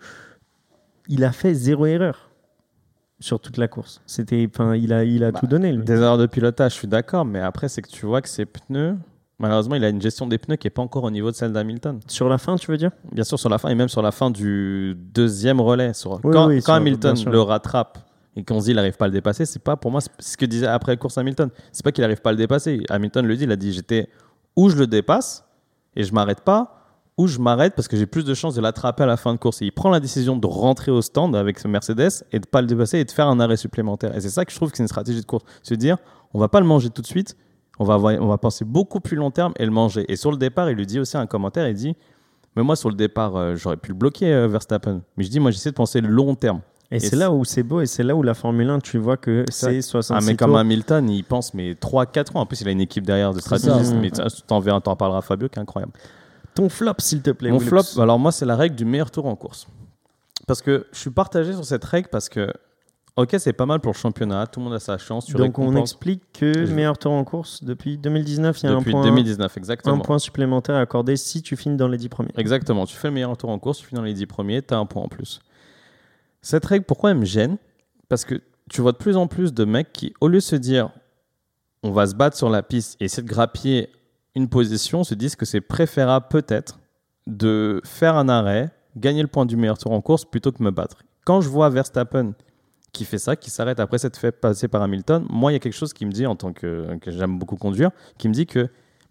il a fait zéro erreur sur toute la course. C'était, enfin, il a, il a Bah, tout donné. Lui. Des erreurs de pilotage, je suis d'accord, mais après, c'est que tu vois que ses pneus, malheureusement, il a une gestion des pneus qui n'est pas encore au niveau de celle d'Hamilton. Sur la fin, tu veux dire? Bien sûr, sur la fin, et même sur la fin du deuxième relais. Sur... Oui, quand oui, quand sur- Hamilton bien sûr. le rattrape et qu'on se dit qu'il n'arrive pas à le dépasser, c'est pas pour moi, c'est ce que disait après la course Hamilton. C'est pas qu'il n'arrive pas à le dépasser. Hamilton le dit, il a dit j'étais où je le dépasse et je m'arrête pas, ou je m'arrête parce que j'ai plus de chances de l'attraper à la fin de course. Et il prend la décision de rentrer au stand avec ce Mercedes et de pas le dépasser et de faire un arrêt supplémentaire. Et c'est ça que je trouve que c'est une stratégie de course. Se dire, on va pas le manger tout de suite, on va, avoir- on va penser beaucoup plus long terme et le manger. Et sur le départ, il lui dit aussi un commentaire, il dit, mais moi sur le départ, euh, j'aurais pu le bloquer, euh, Verstappen. Mais je dis, moi j'essaie de penser long terme. Et, Et c'est c'est- là où c'est beau et c'est là où la Formule un, tu vois que c'est Un soixante-six mec comme tours. Hamilton, il pense mais trois quatre ans. En plus, il a une équipe derrière de ça. stratégistes. Mmh. Mais ça, t'en verras, t'en parlera Fabio, qui est incroyable. Ton flop, s'il te plaît. Mon Willox. flop, alors moi, c'est la règle du meilleur tour en course. Parce que je suis partagé sur cette règle parce que, ok, c'est pas mal pour le championnat, tout le monde a sa chance. Tu Donc on récompenses explique que Je- meilleur tour en course depuis deux mille dix-neuf, il y a depuis un point, deux mille dix-neuf, exactement. un point supplémentaire accordé si tu finis dans les dix premiers. Exactement, tu fais le meilleur tour en course, tu finis dans les dix premiers, tu as un point en plus. Cette règle, pourquoi elle me gêne? Parce que tu vois de plus en plus de mecs qui, au lieu de se dire on va se battre sur la piste et essayer de grappiller une position, se disent que c'est préférable peut-être de faire un arrêt, gagner le point du meilleur tour en course plutôt que me battre. Quand je vois Verstappen qui fait ça, qui s'arrête après s'être fait passer par Hamilton, moi il y a quelque chose qui me dit, en tant que, que j'aime beaucoup conduire, qui me dit que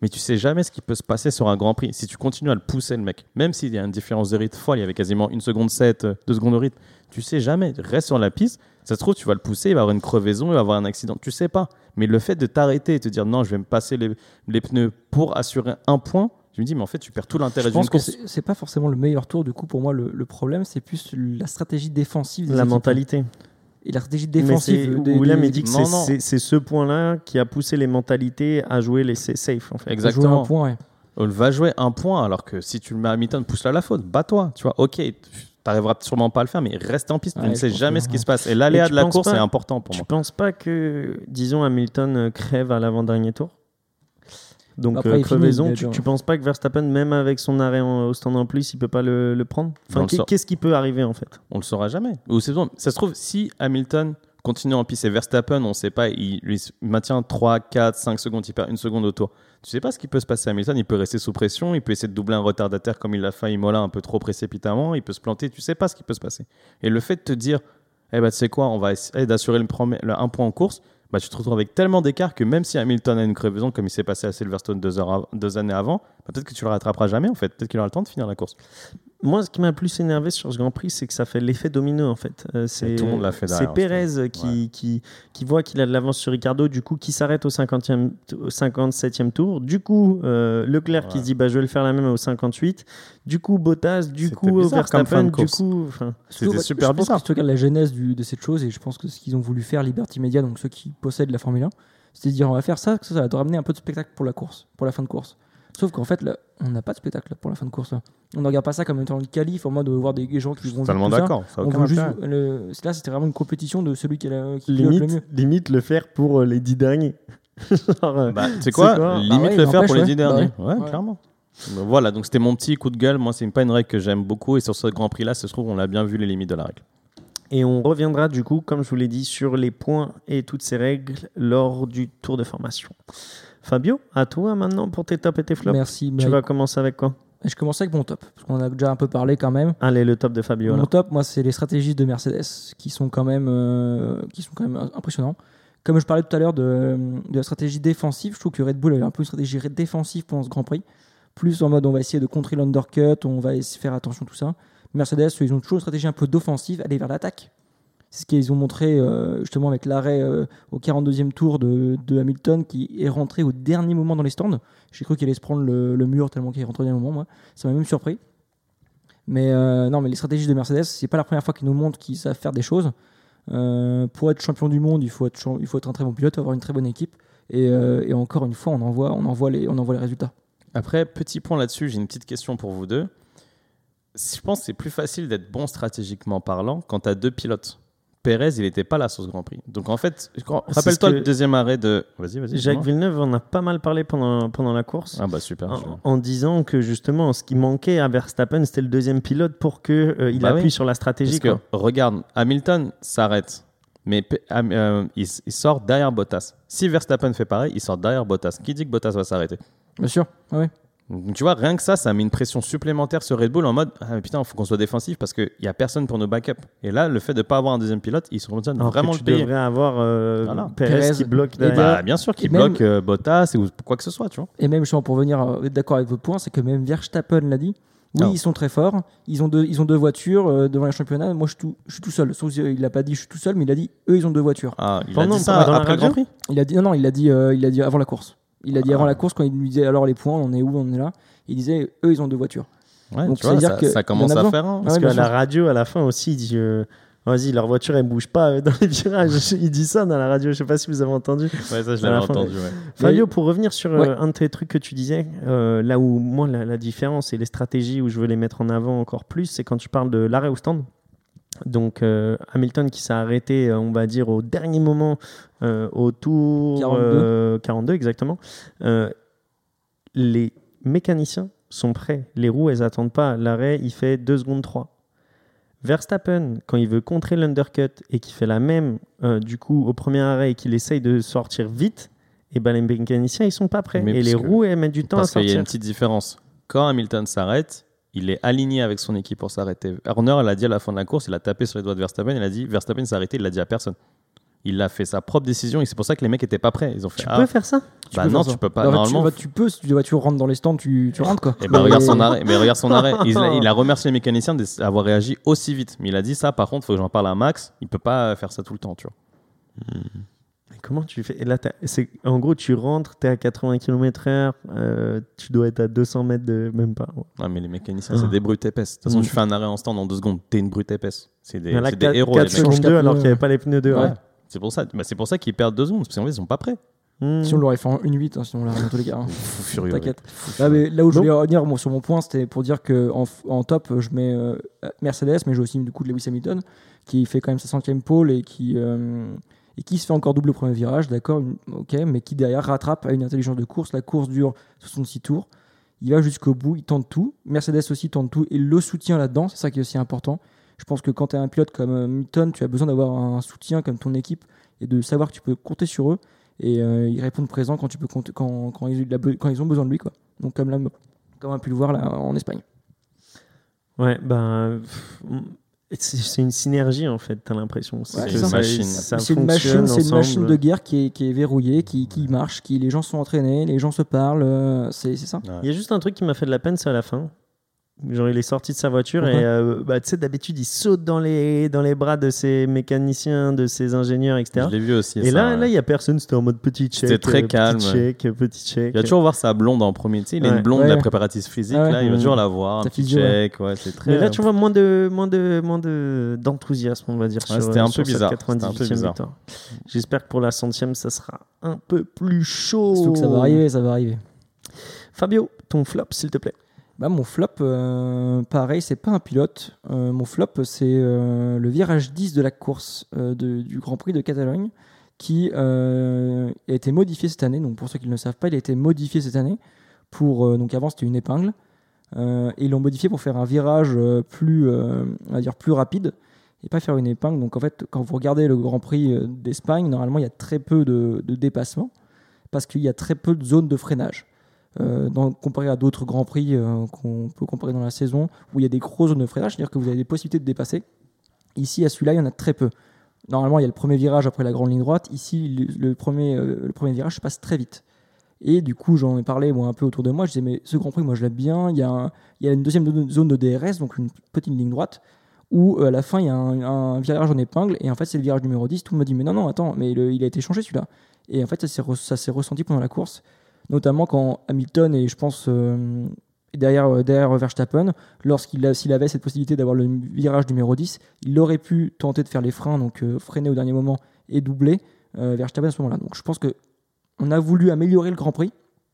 Mais tu sais jamais ce qui peut se passer sur un Grand Prix. Si tu continues à le pousser, le mec, même s'il y a une différence de rythme folle, il y avait quasiment une seconde sept, deux secondes de rythme, tu sais jamais. Reste sur la piste. Ça se trouve, tu vas le pousser, il va avoir une crevaison, il va avoir un accident. Tu sais pas. Mais le fait de t'arrêter et te dire non, je vais me passer les, les pneus pour assurer un point, je me dis, mais en fait, tu perds tout l'intérêt d'une course. Je pense que c'est, c'est pas forcément le meilleur tour. Du coup, pour moi, le, le problème, c'est plus la stratégie défensive des La équipes. mentalité. Et la stratégie défensive. Mais William dit que non, c'est, non. c'est, c'est ce point-là qui a poussé les mentalités à jouer les safe, en fait. Exactement. Un point, ouais. On va jouer un point, alors que si tu le mets à Hamilton, pousse-la à la faute, bats-toi. Tu vois, ok, t'arriveras sûrement pas à le faire, mais reste en piste. Ouais, tu ne sais jamais ce qui se passe. Et l'aléa de la course pas, est important pour tu moi. Tu penses pas que, disons, Hamilton crève à l'avant-dernier tour? Donc, Après, euh, crevaison, finit, tu, tu penses pas que Verstappen, même avec son arrêt en, au stand en plus, il peut pas le, le prendre? Enfin, qu'est, qu'est-ce qui peut arriver en fait? On le saura jamais. Ou c'est bon, ça se trouve, si Hamilton continue en piste et Verstappen, on sait pas, il, lui, il maintient trois, quatre, cinq secondes, il perd une seconde au tour. Tu sais pas ce qui peut se passer à Hamilton, il peut rester sous pression, il peut essayer de doubler un retardataire comme il l'a fait à Imola un peu trop précipitamment, il peut se planter, tu sais pas ce qui peut se passer. Et le fait de te dire, eh ben, tu sais quoi, on va essayer d'assurer le premier, le un point en course, bah, tu te retrouves avec tellement d'écart que même si Hamilton a une crevaison comme il s'est passé à Silverstone deux, heures av- deux années avant, bah, peut-être que tu le rattraperas jamais en fait, peut-être qu'il aura le temps de finir la course. Moi, ce qui m'a le plus énervé sur ce Grand Prix, c'est que ça fait l'effet domino en fait. Euh, c'est, tout le monde l'a fait derrière, c'est Pérez qui, ouais. qui, qui voit qu'il a de l'avance sur Ricciardo, du coup qui s'arrête au cinquantième, au cinquante-septième tour. Du coup, euh, Leclerc ouais. qui se dit bah, je vais le faire la même au cinquante-huit. Du coup, Bottas, du C'était coup Verstappen, du coup. C'était super je bizarre. Je pense que tu regardes la genèse du, de cette chose et je pense que ce qu'ils ont voulu faire, Liberty Media, donc ceux qui possèdent la Formule un, c'est de dire on va faire ça, ça va te ramener un peu de spectacle pour la course, pour la fin de course. Sauf qu'en fait, là, on n'a pas de spectacle là, pour la fin de course. Là. On ne regarde pas ça comme étant le qualif, en mode de voir des gens qui vont tellement d'accord. Ça. On veut juste, le, là, c'était vraiment une compétition de celui qui, a, qui limite, le mieux. Limite le faire pour euh, les dix derniers. Genre, bah, tu sais quoi, quoi Limite bah ouais, le faire pour ouais. les dix derniers. Bah ouais. Ouais, ouais, clairement. Donc, voilà, donc c'était mon petit coup de gueule. Moi, c'est pas une règle que j'aime beaucoup. Et sur ce Grand Prix-là, ça se trouve, on a bien vu les limites de la règle. Et on reviendra du coup, comme je vous l'ai dit, sur les points et toutes ces règles lors du tour de formation. Fabio, à toi maintenant pour tes tops et tes flops. Merci. Tu vas commencer avec quoi? Je commence avec mon top, parce qu'on a déjà un peu parlé quand même. Allez, le top de Fabio. Mon là. top, moi, c'est les stratégies de Mercedes qui sont quand même, euh, qui sont quand même impressionnants. Comme je parlais tout à l'heure de, de la stratégie défensive, je trouve que Red Bull avait un peu une stratégie défensive pendant ce Grand Prix. Plus en mode on va essayer de contrer l'undercut, on va essayer de faire attention à tout ça. Mercedes, ils ont toujours une stratégie un peu d'offensive, aller vers l'attaque. C'est ce qu'ils ont montré euh, justement avec l'arrêt euh, au quarante-deuxième tour de, de Hamilton qui est rentré au dernier moment dans les stands. J'ai cru qu'il allait se prendre le, le mur tellement qu'il est rentré au dernier moment. Moi. Ça m'a même surpris. Mais euh, non, mais les stratégies de Mercedes, c'est pas la première fois qu'ils nous montrent qu'ils savent faire des choses. Euh, pour être champion du monde, il faut être, il faut être un très bon pilote, avoir une très bonne équipe. Et, euh, et encore une fois, on en voit, on en voit les, on en voit les résultats. Après, petit point là-dessus, j'ai une petite question pour vous deux. Je pense que c'est plus facile d'être bon stratégiquement parlant quand tu as deux pilotes. Pérez, il n'était pas là sur ce Grand Prix. Donc en fait, rappelle-toi le deuxième arrêt de... Vas-y, vas-y. Jacques Villeneuve en a pas mal parlé pendant, pendant la course. Ah bah super. En, en disant que justement, ce qui manquait à Verstappen, c'était le deuxième pilote pour qu'il euh, bah appuie oui. sur la stratégie. Parce quoi. Que, regarde, Hamilton s'arrête, mais euh, il, il sort derrière Bottas. Si Verstappen fait pareil, il sort derrière Bottas. Qui dit que Bottas va s'arrêter? Bien sûr, ah oui. Donc, tu vois, rien que ça, ça met une pression supplémentaire sur Red Bull en mode ah, putain, il faut qu'on soit défensif parce qu'il n'y a personne pour nos backups. Et là, le fait de ne pas avoir un deuxième pilote, ils sont vraiment Alors le tu payer. devrais avoir euh, voilà. Pérez, Pérez qui bloque derrière. Bah, bien sûr, qui bloque même, euh, Bottas ou quoi que ce soit. Tu vois. Et même, justement, pour venir euh, être d'accord avec votre point, c'est que même Verstappen l'a dit. Oui, oh. ils sont très forts. Ils ont deux, ils ont deux voitures euh, devant les championnats. Moi, je suis tout, je suis tout seul. Sauf il l'a pas dit, je suis tout seul, mais il a dit, eux, ils ont deux voitures. Ah, il Pendant, a dit ça après le Grand Prix. Il a dit non, non, il l'a dit, euh, il a dit avant la course. Il a dit ah. avant la course quand il lui disait alors les points, on est où, on est là. Il disait eux, ils ont deux voitures. Ouais, donc tu vois, ça, que ça commence à faire un. Parce ouais, qu'à la radio, à la fin aussi, il dit. Euh... Vas-y, leur voiture, elle bouge pas dans les virages. Il dit ça dans la radio. Je sais pas si vous avez entendu. Ouais, ça, je l'avais entendu. Ouais. Fabio, pour revenir sur ouais. euh, un de tes trucs que tu disais, euh, là où moi, la, la différence et les stratégies où je veux les mettre en avant encore plus, c'est quand tu parles de l'arrêt au stand. Donc, euh, Hamilton qui s'est arrêté, on va dire, au dernier moment, euh, au tour quarante-deux, euh, quarante-deux exactement. Euh, les mécaniciens sont prêts. Les roues, elles attendent pas. L'arrêt, il fait deux secondes trois. Verstappen, quand il veut contrer l'undercut et qu'il fait la même euh, du coup au premier arrêt et qu'il essaye de sortir vite, et ben les mécaniciens ils sont pas prêts. Mais et les roues elles mettent du temps à sortir. Parce qu'il y a une petite différence. Quand Hamilton s'arrête, il est aligné avec son équipe pour s'arrêter. Horner, elle a dit à la fin de la course, il a tapé sur les doigts de Verstappen, il a dit Verstappen s'est arrêté, il l'a dit à personne. il a fait sa propre décision et c'est pour ça que les mecs étaient pas prêts. Ils ont fait Tu ah, peux faire ça? bah peux non, faire tu ça. peux pas. Bah, Normalement, tu, bah, tu peux, si tu, bah, tu rentres dans les stands, tu, tu rentres quoi. Et bah, Mais- regarde son arrêt. Mais regarde son arrêt. Il, a- il a remercié les mécaniciens d'avoir réagi aussi vite. Mais il a dit ça, par contre, faut que j'en parle à Max. Il peut pas faire ça tout le temps, tu vois. Mais comment tu fais? Et là, t'as- c'est, en gros, tu rentres, tu es à quatre-vingts kilomètres heure, euh, tu dois être à deux cents mètres de. Même pas. Non, mais les mécaniciens, c'est des brutes épaisses. De toute façon, Mm. tu fais un arrêt en stand en deux secondes, t'es une brute épaisse. C'est des, Mais là, c'est des quatre- héros, quatre les mecs. secondes deux, alors pneus, qu'il n'y avait pas les pneus de. Ouais. Ouais. C'est pour ça, bah, c'est pour ça qu'ils perdent deux secondes, parce qu'en fait, ils sont pas prêts. Hmm. Si on l'aurait fait en une huit, hein, sinon on l'aurait dans tous les cas. hein. Fou furieux. T'inquiète. Fou Là, furieux. mais là où je Donc- voulais revenir moi, sur mon point, c'était pour dire qu'en en top, je mets euh, Mercedes, mais j'ai aussi du coup de Lewis Hamilton, qui fait quand même sa centième pole et qui, euh, et qui se fait encore double au premier virage, d'accord, une- ok, mais qui derrière rattrape à une intelligence de course. La course dure soixante-six tours. Il va jusqu'au bout, il tente tout. Mercedes aussi tente tout et le soutien là-dedans, c'est ça qui est aussi important. Je pense que quand tu es un pilote comme euh, Hamilton, tu as besoin d'avoir un soutien comme ton équipe et de savoir que tu peux compter sur eux. Et euh, ils répondent présent quand, tu peux compter, quand, quand, ils, quand ils ont besoin de lui. Quoi. Donc comme, là, comme on a pu le voir là, en Espagne. Ouais, ben. pff, C'est c'est une synergie en fait, t'as l'impression. Ouais, que c'est ça. ça- Machine. ça C'est une fonctionne machine, c'est une ensemble. machine de guerre qui est, qui est verrouillée, qui, qui marche, qui, les gens sont entraînés, les gens se parlent. euh, c'est c'est ça. Ouais. Il y a juste un truc qui m'a fait de la peine, c'est à la fin. Genre, il est sorti de sa voiture Pourquoi et euh, bah, tu sais, d'habitude, il saute dans les, dans les bras de ses mécaniciens, de ses ingénieurs, et cetera. Je l'ai vu aussi. Et ça, là, ouais. là, il n'y a personne, c'était en mode petit check. C'était très euh, calme, Petit ouais. check, petit check. Il va toujours voir sa blonde en premier. Tu sais, il a Ouais. une blonde Ouais. de la préparatrice physique. Ah ouais. Là, il va Mhm. toujours la voir. Un Sa petit physio, ouais. check. Ouais, c'est très. Mais là, tu vois, moins de, moins de, moins de, d'enthousiasme, on va dire. Ouais, sur, c'était un sur peu cette bizarre. C'était un peu quatre-vingt-dix-huitième bizarre. victoire. J'espère que pour la centième, ça sera un peu plus chaud. Surtout que ça va arriver, ça va arriver. Fabio, ton flop, s'il te plaît. Bah, mon flop, euh, pareil, c'est pas un pilote. Euh, mon flop, c'est euh, le virage dix de la course euh, de- du Grand Prix de Catalogne qui euh, a été modifié cette année. Donc, pour ceux qui ne le savent pas, il a été modifié cette année. Pour, euh, donc, avant, c'était une épingle. Euh, et ils l'ont modifié pour faire un virage euh, plus, euh, on va dire plus rapide et pas faire une épingle. Donc, en fait, quand vous regardez le Grand Prix euh, d'Espagne, normalement, il y a très peu de, de dépassements parce qu'il y a très peu de zones de freinage. Euh, dans, comparé à d'autres grands prix euh, qu'on peut comparer dans la saison où il y a des grosses zones de freinage, c'est-à-dire que vous avez des possibilités de dépasser. Ici, à celui-là, il y en a très peu. Normalement, il y a le premier virage après la grande ligne droite. Ici, le, le premier, euh, le premier virage se passe très vite. Et du coup, j'en ai parlé moi, un peu autour de moi. Je disais, mais ce Grand Prix, moi, je l'aime bien. Il y, a un- il y a une deuxième zone de D R S, donc une petite ligne droite, où euh, à la fin, il y a un, un virage en épingle. Et en fait, c'est le virage numéro dix. Tout le monde me dit, mais non, non, attends, mais le- il a été changé celui-là. Et en fait, ça s'est re- ça s'est ressenti pendant la course. Notamment quand Hamilton et je pense euh, derrière, euh, derrière Verstappen, lorsqu'il a, s'il avait cette possibilité d'avoir le virage numéro dix, il aurait pu tenter de faire les freins, donc euh, freiner au dernier moment et doubler euh, Verstappen à ce moment-là. Donc je pense qu'on a voulu améliorer le Grand Prix.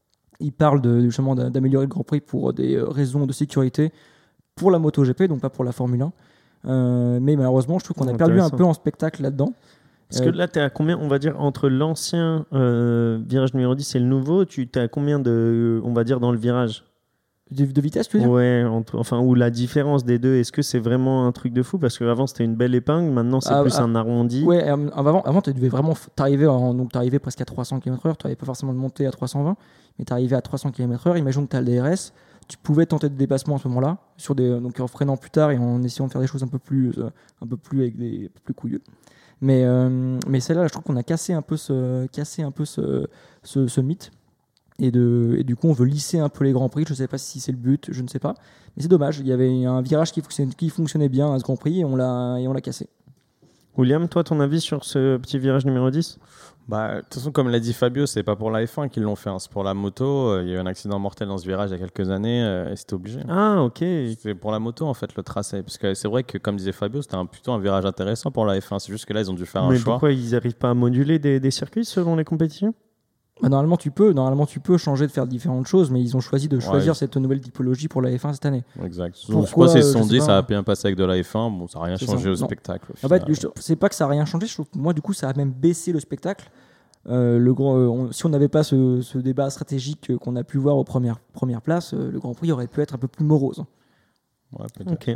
Il parle de, justement d'a- d'améliorer le Grand Prix pour des euh, raisons de sécurité pour la MotoGP, donc pas pour la Formule un. Euh, mais malheureusement, je trouve qu'on a perdu un Intéressant. peu en spectacle là-dedans. Parce Euh, que là, tu es à combien, on va dire, entre l'ancien euh, virage numéro dix et le nouveau, tu es à combien de, on va dire, dans le virage? de, de vitesse, tu veux dire? Ouais, entre- enfin, ou la différence des deux, est-ce que c'est vraiment un truc de fou? Parce qu'avant, c'était une belle épingle, maintenant, c'est Ah, plus ah, un arrondi. Ouais, euh, avant, avant tu devais vraiment f- t'arriver en- donc t'arrivais presque à trois cents kilomètres heure, tu n'avais pas forcément de monter à trois cent vingt, mais tu arrivais à trois cents kilomètres heure. Imagine que tu as le D R S, tu pouvais tenter des dépassements à ce moment-là, sur des, donc en freinant plus tard et en essayant de faire des choses un peu plus, euh, un peu plus avec des un peu plus couilleux. Mais, euh, mais celle-là, je trouve qu'on a cassé un peu ce, cassé un peu ce, ce, ce mythe. Et, de, et du coup, on veut lisser un peu les Grands Prix. Je ne sais pas si c'est le but, je ne sais pas. Mais c'est dommage. Il y avait un virage qui fonctionnait, qui fonctionnait bien à ce Grand Prix et on l'a, et on l'a cassé. William, toi, ton avis sur ce petit virage numéro dix? Bah, de toute façon, comme l'a dit Fabio, c'est pas pour la F un qu'ils l'ont fait, hein, c'est pour la moto. Euh, Il y a eu un accident mortel dans ce virage il y a quelques années euh, et c'était obligé. Ah, ok. C'est pour la moto en fait le tracé. Parce que c'est vrai que, comme disait Fabio, c'était un, plutôt un virage intéressant pour la F un. C'est juste que là, ils ont dû faire un Mais choix. pourquoi ils n'arrivent pas à moduler des, des circuits selon les compétitions? Bah, normalement, tu peux, normalement, tu peux changer de faire différentes choses, mais ils ont choisi de choisir Ouais. cette nouvelle typologie pour la F un cette année. Exact. Pourquoi, je pense qu'ils se euh, sont je dit sais ça pas. a bien passé avec de la F un. Bon, ça n'a rien C'est changé ça. au Non. spectacle. au En fait, final. je- c'est pas que ça a rien changé. Je trouve que moi, du coup, ça a même baissé le spectacle. Euh, le grand, euh, on- si on n'avait pas ce, ce débat stratégique euh, qu'on a pu voir aux premières, premières places, euh, le Grand Prix aurait pu être un peu plus morose. Ouais, peut-être. Ok.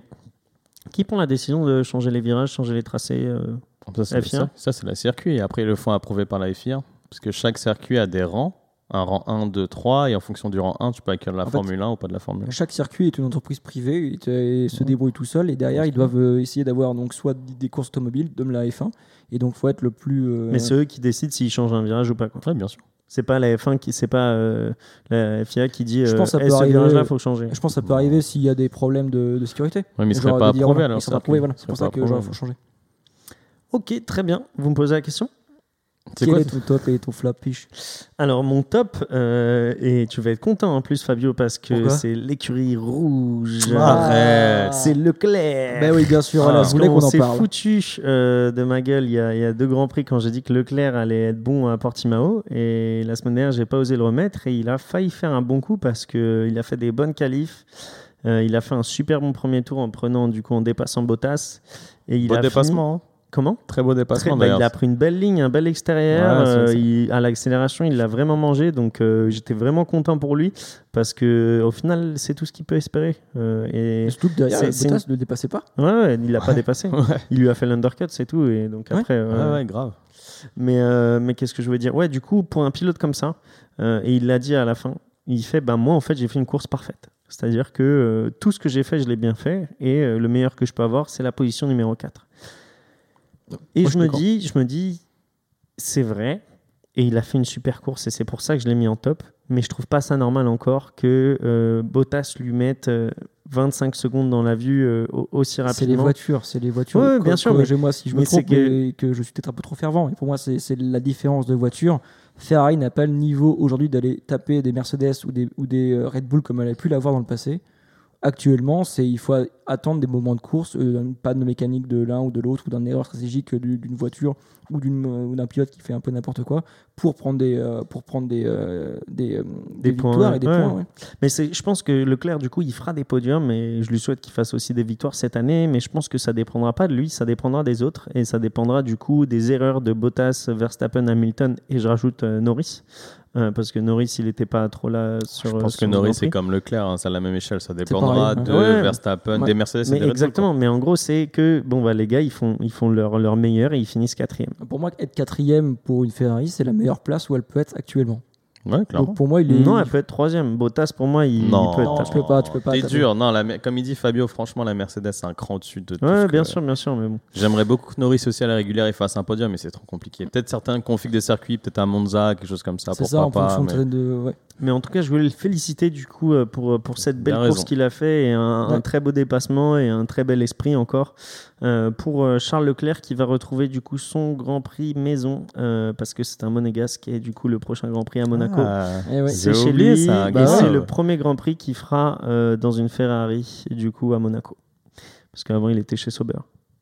Qui prend la décision de changer les virages, changer les tracés euh, Ça, c'est F un? ça, ça, c'est la circuit. Et après, ils le font approuver par la F I A. Parce que chaque circuit a des rangs. un rang un, deux, trois, et en fonction du rang un, tu peux accueillir de la En Formule un ou pas de la Formule un. Chaque circuit est une entreprise privée et, te- et se débrouille tout seul. Et derrière, ils doivent euh, essayer d'avoir donc soit des courses automobiles, comme la F un. Et donc, faut être le plus. euh, Mais c'est eux qui décident s'ils changent un virage ou pas. Quoi. Ouais, bien sûr. C'est pas la F un qui, c'est pas euh, la F I A qui dit Je euh, pense que ça Eh, peut ce arriver- virage-là, faut changer. Je pense que ça peut arriver s'il y a des problèmes de, de sécurité. Oui, mais ils Genre, seraient pas de dire, approuvés voilà, alors. ils seraient pas approuvés, voilà. Ils C'est pour seraient ça pas que genre, approuvés. faut changer. Ok, très bien. Vous me posez la question. C'est Quel quoi est ton top et ton flop, Piche? Alors, mon top, euh, et tu vas être content en plus, Fabio, parce que Pourquoi c'est l'écurie rouge. Arrête. C'est Leclerc. Ben oui, bien sûr, Ah, voilà, Parce je voulais qu'on qu'on en s'est parle. foutu euh, de ma gueule il y, a, il y a deux grands prix quand j'ai dit que Leclerc allait être bon à Portimao. Et la semaine dernière, j'ai pas osé le remettre. Et il a failli faire un bon coup parce qu'il a fait des bonnes qualifs. Euh, il a fait un super bon premier tour en prenant, du coup, en dépassant Bottas. Et il Beau a fini- dépassement. hein. Comment Très beau Très- dépassement bah, d'ailleurs. il a pris une belle ligne, un bel extérieur. Ouais, c'est- euh, c'est- il- à l'accélération, il l'a vraiment mangé. Donc, euh, j'étais vraiment content pour lui parce que au final, c'est tout ce qu'il peut espérer. Euh, et Surtout que derrière, c'est- c'est Bottas ne le dépassait pas. ouais, ouais, il l'a pas dépassé. Ouais. Il lui a fait l'undercut, c'est tout. Et donc Ouais. après, euh, Ouais, ouais, grave. mais euh, mais qu'est-ce que je veux dire Ouais, du coup, pour un pilote comme ça, euh, et il l'a dit à la fin, il fait, bah moi en fait, j'ai fait une course parfaite. C'est-à-dire que euh, tout ce que j'ai fait, je l'ai bien fait, et euh, le meilleur que je peux avoir, c'est la position numéro quatre. Et Moi, je je me suis dis, je me dis, c'est vrai, et il a fait une super course, et c'est pour ça que je l'ai mis en top. Mais je trouve pas ça normal encore que euh, Bottas lui mette euh, vingt-cinq secondes dans la vue euh, au- aussi C'est les rapidement. voitures, c'est les voitures. Ouais, Co- bien sûr, mais- corrigez-moi si je me mais c'est trompe, que- mais que je suis peut-être un peu trop fervent. Et pour moi, c'est c'est la différence de voiture. Ferrari n'a pas le niveau aujourd'hui d'aller taper des Mercedes ou des, ou des euh, Red Bull comme elle a pu l'avoir dans le passé. Actuellement, c'est il faut attendre des moments de course, euh, une panne mécanique de l'un ou de l'autre, ou d'une erreur stratégique du- d'une voiture ou d'une, euh, ou d'un pilote qui fait un peu n'importe quoi pour prendre des, euh, pour prendre des, euh, des, euh, des points, victoires ouais. et des Ouais. points. Ouais. Mais c'est, je pense que Leclerc, du coup, il fera des podiums et je lui souhaite qu'il fasse aussi des victoires cette année. Mais je pense que ça dépendra pas de lui, ça dépendra des autres et ça dépendra du coup des erreurs de Bottas, Verstappen, Hamilton et je rajoute euh, Norris. Euh, parce que Norris, il n'était pas trop là sur. Je euh, pense sur que le Norris, Grand c'est Prix. comme Leclerc, hein, c'est à la même échelle. Ça dépendra pareil, de ouais. Verstappen, Ouais. des Mercedes et Mais des Red Bull, exactement. Mais en gros, c'est que bon, bah, les gars, ils font, ils font leur, leur meilleur et ils finissent quatrième. Pour moi, être quatrième pour une Ferrari, c'est la meilleure place où elle peut être actuellement. quoi. Ouais, clairement. Donc pour moi, il est. Non, elle peut être troisième. Bottas, pour moi, il, Non, il peut être. Non, tu peux pas, tu peux pas T'es taper. dur. Non, la, comme il dit Fabio, franchement, la Mercedes, c'est un cran au-dessus de tout. Ouais, ce bien que- sûr, bien sûr, mais bon. J'aimerais beaucoup que Norris aussi à la régulière il fasse un podium, mais c'est trop compliqué. Peut-être certains configs des circuits, peut-être à Monza, quelque chose comme ça. C'est Pourquoi ça, en pas. fonction mais- de, de- ouais. Mais en tout cas, je voulais le féliciter du coup euh, pour, pour cette belle Bien course raison. qu'il a fait et un, un Ouais. très beau dépassement et un très bel esprit encore euh, pour euh, Charles Leclerc qui va retrouver du coup son Grand Prix maison euh, parce que c'est un Monégasque et du coup le prochain Grand Prix à Monaco. Ah, Eh ouais. C'est j'ai chez oublié lui ça, et bah c'est ouais. le premier Grand Prix qu'il fera euh, dans une Ferrari du coup à Monaco. Parce qu'avant il était chez Sauber.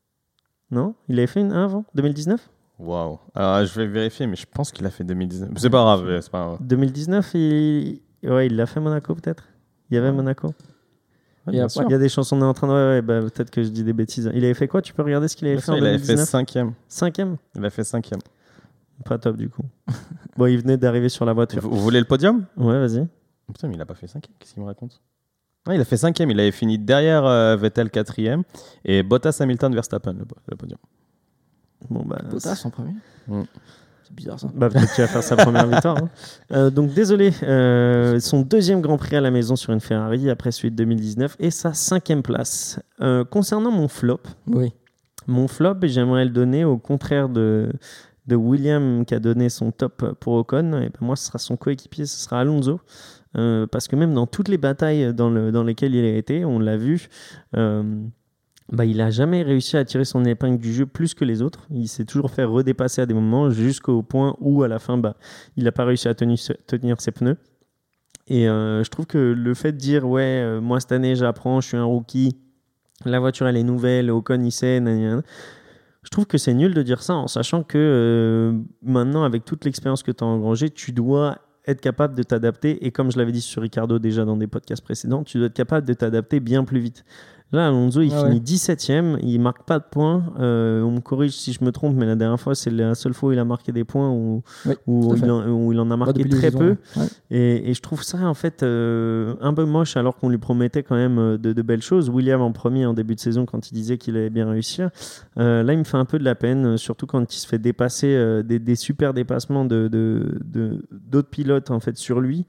Non Il avait fait une un avant deux mille dix-neuf Waouh. Alors, je vais vérifier, mais je pense qu'il a fait deux mille dix-neuf. C'est pas grave, c'est pas grave. deux mille dix-neuf, il... Ouais, il l'a fait Monaco peut-être Il y avait Ouais. Monaco Ouais, Et bien après, sûr. Il y a des chansons, on est en train de. Ouais, ouais, bah, peut-être que je dis des bêtises. Il avait fait quoi Tu peux regarder ce qu'il avait Bien fait sûr, en il avait fait deux mille dix-neuf cinquième. Cinquième Il a fait cinquième. Pas top du coup. Bon, il venait d'arriver sur la voiture. Vous, vous voulez le podium? Ouais, vas-y. Putain, mais il a pas fait cinquième. Qu'est-ce qu'il me raconte? Ouais, il a fait cinquième. Il avait fini derrière euh, Vettel quatrième et Bottas, Hamilton, Verstappen le, le podium. Bon, bah. Bottas en premier. Mm. C'est bizarre ça. Bah, peut-être qu'il va faire sa première victoire. hein. Euh, donc, désolé. euh, son deuxième Grand Prix à la maison sur une Ferrari après celui de deux mille dix-neuf et sa cinquième place. Euh, concernant mon flop, Oui. mon flop, j'aimerais le donner au contraire de, de William qui a donné son top pour Ocon. Et ben moi, ce sera son coéquipier, ce sera Alonso. Euh, parce que même dans toutes les batailles dans, le, dans lesquelles il a été, on l'a vu, euh, bah, il n'a jamais réussi à tirer son épingle du jeu plus que les autres. Il s'est toujours fait redépasser à des moments jusqu'au point où à la fin, bah, il n'a pas réussi à tenir, tenir ses pneus. Et euh, je trouve que le fait de dire ouais, euh, moi cette année j'apprends, je suis un rookie, la voiture elle est nouvelle, Ocon il sait, nanana. Je trouve que c'est nul de dire ça en sachant que euh, maintenant avec toute l'expérience que tu as engrangée, tu dois être capable de t'adapter et comme je l'avais dit sur Ricardo déjà dans des podcasts précédents, tu dois être capable de t'adapter bien plus vite. Là, Alonso, il Ah finit ouais. dix-septième, il marque pas de points. Euh, on me corrige si je me trompe, mais la dernière fois, c'est la seule fois où il a marqué des points où, Oui, où, tout à fait. il, en, où il en a Bah, marqué depuis les très saisons, peu. ouais. Et, et je trouve ça en fait euh, un peu moche alors qu'on lui promettait quand même euh, de, de belles choses. William en premier en début de saison quand il disait qu'il allait bien réussir. Euh, là, il me fait un peu de la peine, euh, surtout quand il se fait dépasser euh, des, des super dépassements de, de, de- d'autres pilotes en fait sur lui.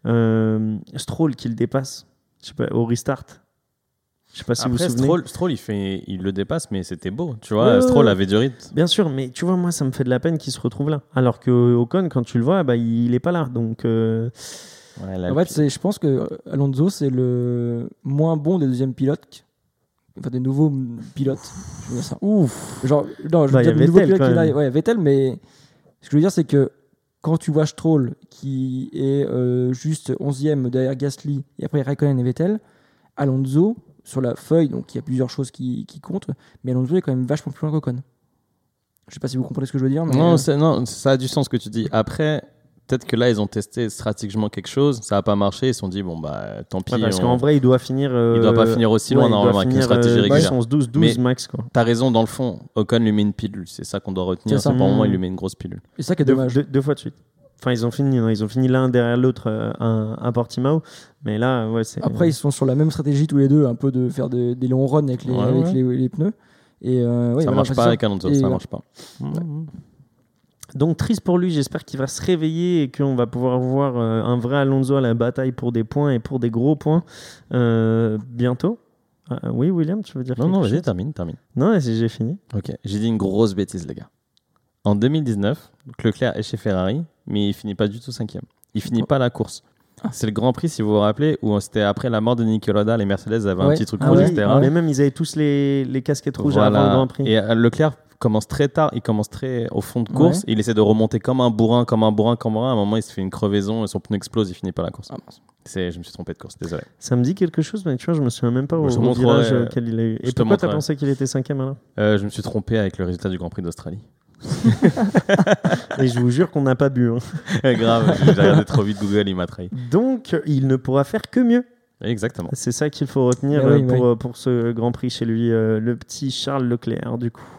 Euh, Stroll qui le dépasse, je sais pas, au restart. Je sais pas si vous Après, vous souvenez. Stroll, Stroll il, fait, il le dépasse, mais c'était beau. Tu vois, Ouais, ouais, Stroll ouais. avait du rythme. Bien sûr, mais tu vois, moi, ça me fait de la peine qu'il se retrouve là. Alors que Ocon, quand tu le vois, bah, il est pas là. Donc, euh, Ouais, là, En fait, c'est, je pense que Alonso, c'est le moins bon des deuxièmes pilotes, enfin des nouveaux m- pilotes. Je veux dire ça. ouf. Genre, non, je Bah, veux y a dire des nouveaux Vettel, pilotes quand qui même. arrivent. Ouais, Vettel, mais ce que je veux dire, c'est que quand tu vois Stroll qui est euh, juste onzième derrière Gasly, et après Raikkonen et Vettel, Alonso, sur la feuille, donc il y a plusieurs choses qui, qui comptent, mais Alonso est quand même vachement plus loin qu'Ocon. Je sais pas si vous comprenez ce que je veux dire. Mais Non, euh, c'est- non, ça a du sens ce que tu dis. Après, peut-être que là, ils ont testé stratégiquement quelque chose, ça n'a pas marché, ils se sont dit, bon, bah, tant pis. Ouais, parce on- qu'en vrai, il doit finir. euh, Il doit pas finir aussi loin, ouais, il doit normalement, avec une finir, stratégie euh, régulière. dix, douze, douze Mais- max, quoi. T'as raison, dans le fond, Ocon lui met une pilule, c'est ça qu'on doit retenir. C'est ça. C'est pour moi, il Mmh. lui met une grosse pilule. c'est ça qui est Deux, dommage. deux- deux fois de suite. Enfin, ils ont fini, hein. Ils ont fini l'un derrière l'autre euh, un- à Portimao. Mais là, ouais, c'est. Après, ils sont sur la même stratégie tous les deux, un peu de faire de- des longs runs avec les, Ouais, avec ouais. les, les pneus. Et euh, ouais, ça voilà, marche enfin, pas c'est avec Alonso, Et, ça ouais. marche pas. Mmh. Donc triste pour lui, j'espère qu'il va se réveiller et qu'on va pouvoir voir euh, un vrai Alonso à la bataille pour des points et pour des gros points euh, bientôt. Ah, oui, William, tu veux dire Non, quelque non, chose vas-y, termine, termine. Non, c'est- j'ai fini. Ok, j'ai dit une grosse bêtise, les gars. En deux mille dix-neuf, donc Leclerc est chez Ferrari, mais il finit pas du tout cinquième. Il finit pas la course. C'est le Grand Prix, si vous vous rappelez, où c'était après la mort de Niki Lauda, les Mercedes avaient un Ouais. petit truc Ah rouge, ouais, et cetera. ah ouais. Mais même, ils avaient tous les, les casquettes rouges Voilà. avant le Grand Prix. Et euh, Leclerc commence très tard, il commence très au fond de course, Ouais. il essaie de remonter comme un bourrin, comme un bourrin, comme un bourrin. À un moment, il se fait une crevaison et son pneu explose, il finit pas la course. Ah, mince. C'est, je me suis trompé de course, désolé. Ça me dit quelque chose, mais tu vois, je me souviens même pas au, Je au montrerai, virage euh, auquel il a eu. je Et te pourquoi t'as montrerai. pensé qu'il était cinquième alors Euh, je me suis trompé avec le résultat du Grand Prix d'Australie. Et je vous jure qu'on n'a pas bu. hein. Grave, j'ai regardé trop vite Google, il m'a trahi. Donc, il ne pourra faire que mieux. Exactement. C'est ça qu'il faut retenir Bah oui, euh, bah pour, oui. euh, pour ce Grand Prix chez lui, euh, le petit Charles Leclerc, du coup.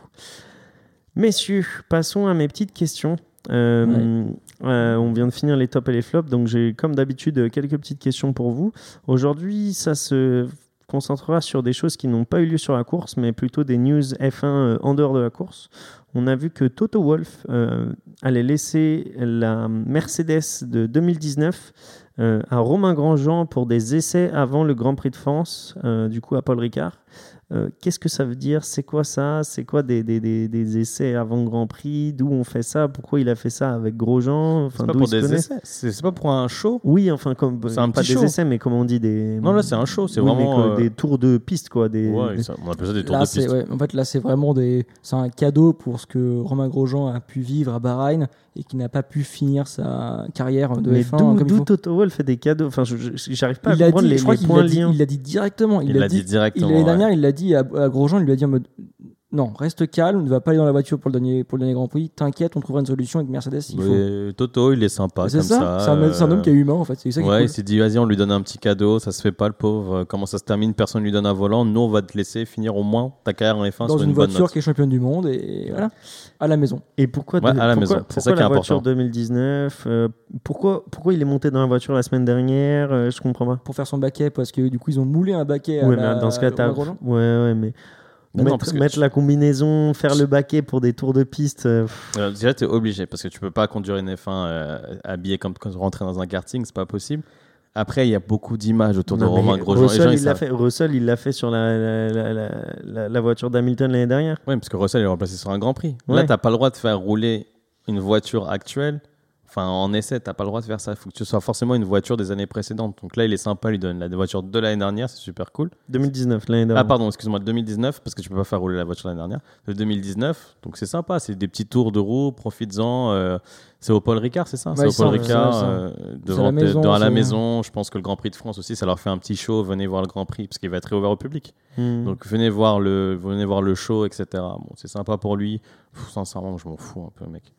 Messieurs, passons à mes petites questions. Euh, euh, on vient de finir les tops et les flops, donc j'ai comme d'habitude quelques petites questions pour vous. Aujourd'hui, ça se concentrera sur des choses qui n'ont pas eu lieu sur la course, mais plutôt des news F un euh, en dehors de la course. On a vu que Toto Wolff euh, allait laisser la Mercedes de deux mille dix-neuf euh, à Romain Grosjean pour des essais avant le Grand Prix de France, euh, du coup à Paul Ricard. Euh, qu'est-ce que ça veut dire? C'est quoi ça? C'est quoi des, des, des, des essais avant le Grand Prix? D'où on fait ça? Pourquoi il a fait ça avec Grosjean? C'est Enfin, pas d'où pour ils se des connaissent? essais, c'est, c'est pas pour un show. Oui, enfin, comme, C'est un pas petit des show. essais, mais comme on dit, des... Non, là, c'est un show, c'est Oui, mais vraiment. quoi, euh, des tours de piste, quoi. Des, Ouais, des- ça- on appelle ça des tours Là, de c'est, piste. ouais, en fait, là, c'est vraiment des, c'est un cadeau pour ce que Romain Grosjean a pu vivre à Bahreïn et qui n'a pas pu finir sa carrière de Mais F un d'où, comme il d'où faut. Toto Wolff fait des cadeaux? Enfin, je- je- j'arrive pas Il à l'a comprendre dit, les, je crois les qu'il points l'a dit, liants. il l'a dit directement. Il l'a dit directement, L'année ouais. dernière, il l'a dit à, à Grosjean, il lui a dit en mode non, reste calme, ne va pas aller dans la voiture pour le dernier, pour le dernier Grand Prix, t'inquiète, on trouvera une solution avec Mercedes s'il faut. Mais Toto, il est sympa C'est comme ça, ça. c'est, un, c'est un homme qui est humain en fait, c'est ça qui est Ouais, cool. il s'est dit, vas-y, on lui donne un petit cadeau, ça se fait pas le pauvre. Comment ça se termine, personne lui donne un volant. Nous, on va te laisser finir au moins ta carrière en F un Dans sur une, une, bonne voiture note. qui est championne du monde et voilà, à la maison. Et pourquoi, Ouais, de- à la pourquoi, maison. C'est pourquoi ça qui la est voiture important. deux mille dix-neuf euh, pourquoi, pourquoi il est monté dans la voiture la semaine dernière? Euh, Je comprends pas. Pour faire son baquet, parce que du coup, ils ont moulé un baquet à Ouais, la, mais dans ce cas, t'as... Romain Grosjean. Ouais, ouais, mais... Mais non, mettre parce que mettre tu- la combinaison, faire le baquet pour des tours de piste... euh, pff, Euh, déjà, t'es obligé parce que tu peux pas conduire une F un euh, habillé comme quand tu rentrais dans un karting, c'est pas possible. Après, il y a beaucoup d'images autour de non, mais Romain Grosjean. Les gens, Russell, ils il l'a savent. fait, Russell, il l'a fait sur la, la, la, la, la- la voiture d'Hamilton l'année dernière. Oui, parce que Russell est remplacé sur un Grand Prix. Ouais. Là, t'as pas le droit de faire rouler une voiture actuelle. Enfin, en essai, t'as pas le droit de faire ça. Il faut que ce soit forcément une voiture des années précédentes. Donc là, il est sympa, il lui donne la voiture de l'année dernière, c'est super cool. deux mille dix-neuf, l'année dernière. Ah, pardon, excuse-moi, deux mille dix-neuf, parce que tu peux pas faire rouler la voiture l'année dernière. De deux mille dix-neuf, donc c'est sympa, c'est des petits tours de roue, profites-en. euh, c'est au Paul Ricard, c'est ça? Ouais, C'est au c'est Paul ça, Ricard, c'est ça. euh, C'est devant, à la maison, devant la c'est- maison. Je pense que le Grand Prix de France aussi, ça leur fait un petit show. Venez voir le Grand Prix, parce qu'il va être réouvert au public. Hmm. Donc venez voir le, venez voir le show, et cetera. Bon, c'est sympa pour lui. Pff, sincèrement, je m'en fous un peu, mec.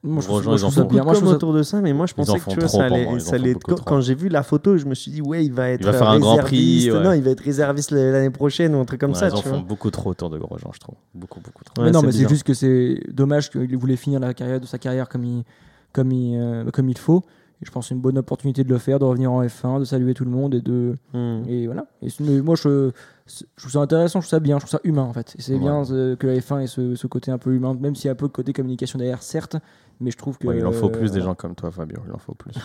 Moi, je Grosjean, trouve- moi, je ils en trouve ça font bien. Moi, je comme trouve ça- autour de ça, mais moi je Ils en pensais font que tu vois, trop ça pour allait, moi, ils en ça font allait beaucoup quand, trop. quand j'ai vu la photo, je me suis dit ouais, il va être va faire un Grand Prix, réserviste. ouais. Non, il va être réserviste l'année prochaine ou un truc comme Ouais, ça. ils en Tu font vois. beaucoup trop autour de Grosjean, je trouve. Beaucoup, beaucoup trop. Ouais, mais non, c'est mais c'est bizarre. juste que c'est dommage qu'il voulait finir la carrière de sa carrière comme il, comme il, euh, comme il faut. Et je pense que c'est une bonne opportunité de le faire, de revenir en F un, de saluer tout le monde et de Hmm. et voilà. Et c'est- mais moi je, je trouve ça intéressant, je trouve ça bien, je trouve ça humain en fait. Et c'est Ouais. bien euh, que la F un ait ce, ce côté un peu humain, même s'il y a un peu de côté communication derrière, certes. Mais je trouve que Ouais, il en faut plus des euh, gens comme toi, Fabio. Il en faut plus.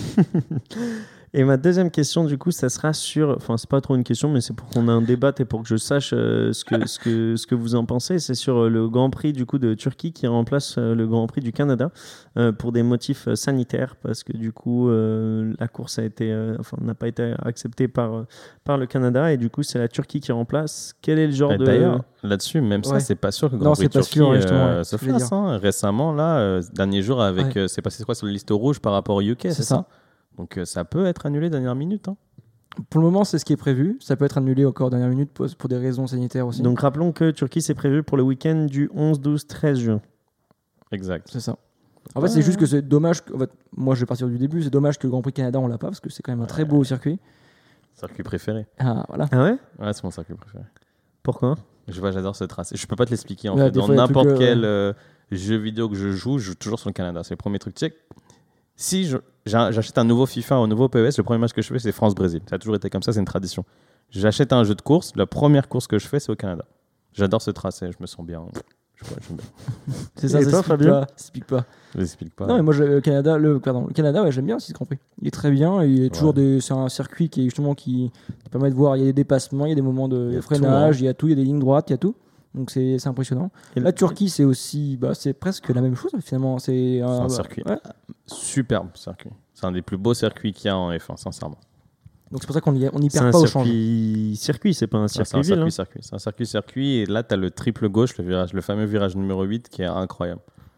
Et ma deuxième question, du coup, ça sera sur. Enfin, c'est pas trop une question, mais c'est pour qu'on ait un débat et pour que je sache euh, ce, que, ce, que, ce que vous en pensez. C'est sur euh, le Grand Prix du coup de Turquie qui remplace euh, le Grand Prix du Canada euh, pour des motifs euh, sanitaires parce que du coup euh, la course a été, euh, enfin, n'a pas été acceptée par euh, par le Canada et du coup c'est la Turquie qui remplace. Quel est le genre Et de D'ailleurs, là-dessus, même ça, Ouais. c'est pas sûr que le Non, Grand Prix c'est de pas Turquie sûr, ouais, justement, euh, ouais, se c'est ce que je veux fasse. hein. Récemment, là, euh, dernier jour, avec, Ouais. euh, c'est passé quoi sur la liste rouge par rapport au U K, c'est, C'est ça, ça. Donc euh, ça peut être annulé dernière minute. Hein. Pour le moment, c'est ce qui est prévu. Ça peut être annulé encore dernière minute pour, pour des raisons sanitaires aussi. Donc rappelons que Turquie c'est prévu pour le week-end du onze, douze, treize juin. Exact. C'est ça. En fait, c'est juste que c'est dommage. Que, en fait, moi, je vais partir du début. C'est dommage que le Grand Prix Canada, on l'a pas parce que c'est quand même un très beau circuit. Circuit préféré. Ah, voilà. Ah ouais? Ouais, c'est mon circuit préféré. Pourquoi? Je vois, j'adore ce tracé. Je peux pas te l'expliquer en Ouais, fait. des Dans fois, il y a n'importe truc, euh, quel ouais. euh, jeu vidéo que je joue, je joue toujours sur le Canada. C'est le premier truc. Tu sais, si je- j'a- j'achète un nouveau FIFA ou un nouveau P E S, le premier match que je fais, c'est France-Brésil. Ça a toujours été comme ça, c'est une tradition. J'achète un jeu de course, la première course que je fais, c'est au Canada. J'adore ce tracé, je me sens bien. Je sais pas, j'aime bien. C'est ça, Et ça toi, s'explique Fabien pas. Ça s'explique pas. Je l'explique pas. Non, mais moi, je- le Canada, le, pardon, le Canada, ouais, j'aime bien aussi ce Grand Prix. Il est très bien. Il y a toujours Ouais. des, c'est un circuit qui est justement qui permet de voir. Il y a des dépassements, il y a des moments de Il y a freinage, tout, il y a tout, il y a des lignes droites, il y a tout. Donc c'est c'est impressionnant. Et La Turquie, c'est aussi, bah, c'est presque la même chose finalement. C'est C'est un, un bah, circuit. ouais. Superbe circuit. C'est un des plus beaux circuits qu'il y a en F un, sincèrement. Donc c'est pour ça qu'on y, on y C'est perd un pas au change. circuit circuit, c'est pas un Ouais, c'est circuit un ville. hein. circuit, circuit. C'est un circuit, circuit. Et là, tu as le triple gauche, le, virage, le fameux virage numéro huit qui est incroyable.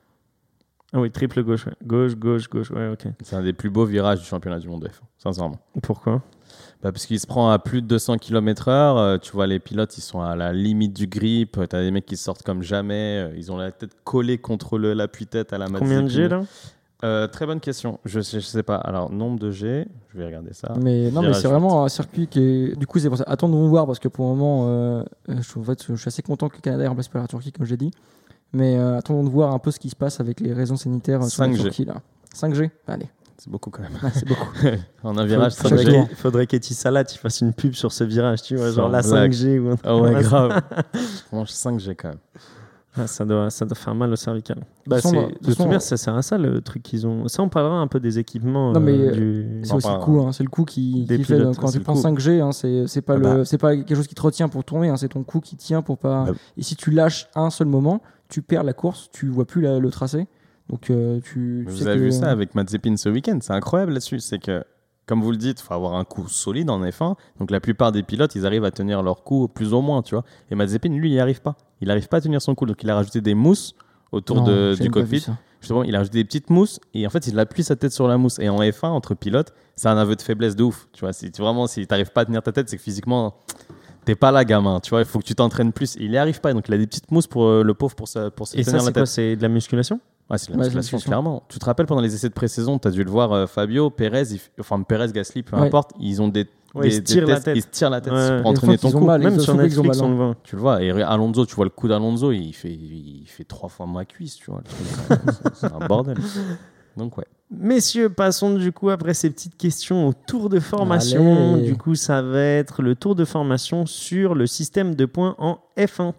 Ah oui, triple gauche, ouais. Gauche, gauche, gauche, ouais, ok. C'est un des plus beaux virages du championnat du monde F un, sincèrement. Pourquoi? Bah, parce qu'il se prend à plus de deux cents kilomètres heure. euh, tu vois, les pilotes, ils sont à la limite du grip. Tu as des mecs qui sortent comme jamais. euh, Ils ont la tête collée contre le, l'appui-tête à la Combien de G Mazepin. là? Euh, Très bonne question. Je sais, je sais pas. Alors, nombre de G, je vais regarder ça. Mais non, mais Virage c'est vraiment un circuit qui est. Du coup, c'est pour ça. Attendons de voir parce que pour le moment, euh, je, en fait, je suis assez content que le Canada ait remplacé par la Turquie, comme j'ai dit. Mais euh, attendons de voir un peu ce qui se passe avec les raisons sanitaires euh, sur la cinq G. Turquie là. cinq G. Allez, C'est beaucoup quand même. ouais, c'est beaucoup. En un virage, Faut- cinq faut- G. Faudrait, faudrait qu'Etisalat il fasse une pub sur ce virage, tu vois, Sans genre la blague. cinq G ou un truc Ah ouais, comme ça. grave. Franchement, cinq G quand même. Ah, ça, doit, ça doit faire mal au cervical. Bah, façon, c'est- bah, de de toute toute façon, manière, ça sert à ça le truc qu'ils ont. Ça, on parlera un peu des équipements. Non, mais, euh, euh, du... C'est Enfin, aussi le coût, hein, c'est le coût qui, des qui fait pilotes, quand c'est tu le prends coût. cinq G, hein, c'est c'est pas Ah le, bah. c'est pas quelque chose qui te retient pour tourner, hein, c'est ton cou qui tient pour pas. Bah. Et si tu lâches un seul moment, tu perds la course, tu vois plus la- le tracé, donc euh, tu. tu Vous sais avez que- vu ça avec Mazepin ce week-end, c'est incroyable là-dessus. C'est que, comme vous le dites, il faut avoir un coup solide en F un. Donc la plupart des pilotes, ils arrivent à tenir leur coup plus ou moins, tu vois. Et Mazepin, lui, il n'y arrive pas. Il n'arrive pas à tenir son coup. Donc il a rajouté des mousses autour Non, de, j'ai du même pas vu cockpit. ça. Justement, il a rajouté des petites mousses et en fait, il appuie sa tête sur la mousse. Et en F un, entre pilotes, c'est un aveu de faiblesse de ouf. Tu vois, si tu, vraiment, si tu n'arrives pas à tenir ta tête, c'est que physiquement, t'es pas là, gamin. Tu vois, il faut que tu t'entraînes plus. Et il n'y arrive pas. Donc il a des petites mousses pour euh, le pauvre pour, sa, pour se Et ça, tenir la c'est tête. quoi? C'est de la musculation? Ouais, c'est la Ouais, musculation, c'est la musculation. clairement. Tu te rappelles pendant les essais de pré-saison, tu as dû le voir, euh, Fabio, Pérez, il f- enfin Pérez, Gasly, peu Ouais. importe, ils ont des, Ouais, des, ils se des tirent la tests, tête. ils se tirent la tête Ouais. pour Des fois entraîner qu'ils ton ont coup. mal. Ils Même ont sur souvent qu'ils ont Netflix, mal, on hein. le voit. Tu le vois, et regarde, Alonso, tu vois le coup d'Alonso, il fait, il fait trois fois ma cuisse, tu vois. le truc, c'est- c'est un bordel. Donc ouais. Messieurs, passons du coup après ces petites questions au tour de formation. Allez. Du coup, ça va être le tour de formation sur le système de points en F un.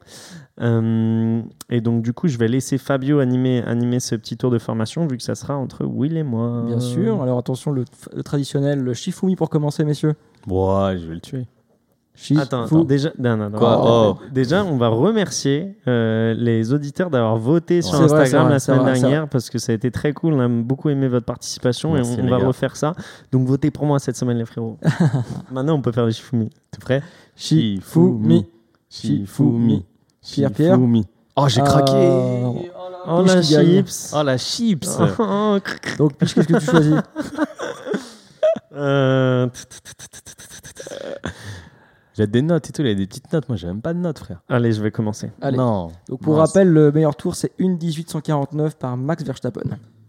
Euh, et donc, du coup, je vais laisser Fabio animer, animer ce petit tour de formation vu que ça sera entre Will et moi. Bien sûr. Alors attention, le, le traditionnel, le Shifumi pour commencer, messieurs. Ouais, je vais le tuer. Shifumi. Attends, attends, déjà, non, non, non. Quoi Oh. Oh. Déjà, on va remercier euh, les auditeurs d'avoir voté sur C'est vrai, Instagram c'est vrai, la c'est semaine vrai, c'est dernière parce que ça a été très cool. On a beaucoup aimé votre participation Merci, et on, on les va gars. refaire ça. Donc, votez pour moi cette semaine, les frérots. Maintenant, on peut faire les Shifumi. T'es prêt? Shifumi. Shifumi. Pierre, Pierre. Shifumi. Oh, j'ai Ah. craqué. Oh, Piche la qui gagne. chips. Oh, la chips. Oh, Donc, Piche, qu'est-ce que tu choisis? euh, J'ai des notes et tout, il y a des petites notes. Moi, j'ai même pas de notes, frère. Allez, je vais commencer. Allez. Non. Donc, pour Mince. rappel, le meilleur tour, c'est une dix-huit cent quarante-neuf par Max Verstappen.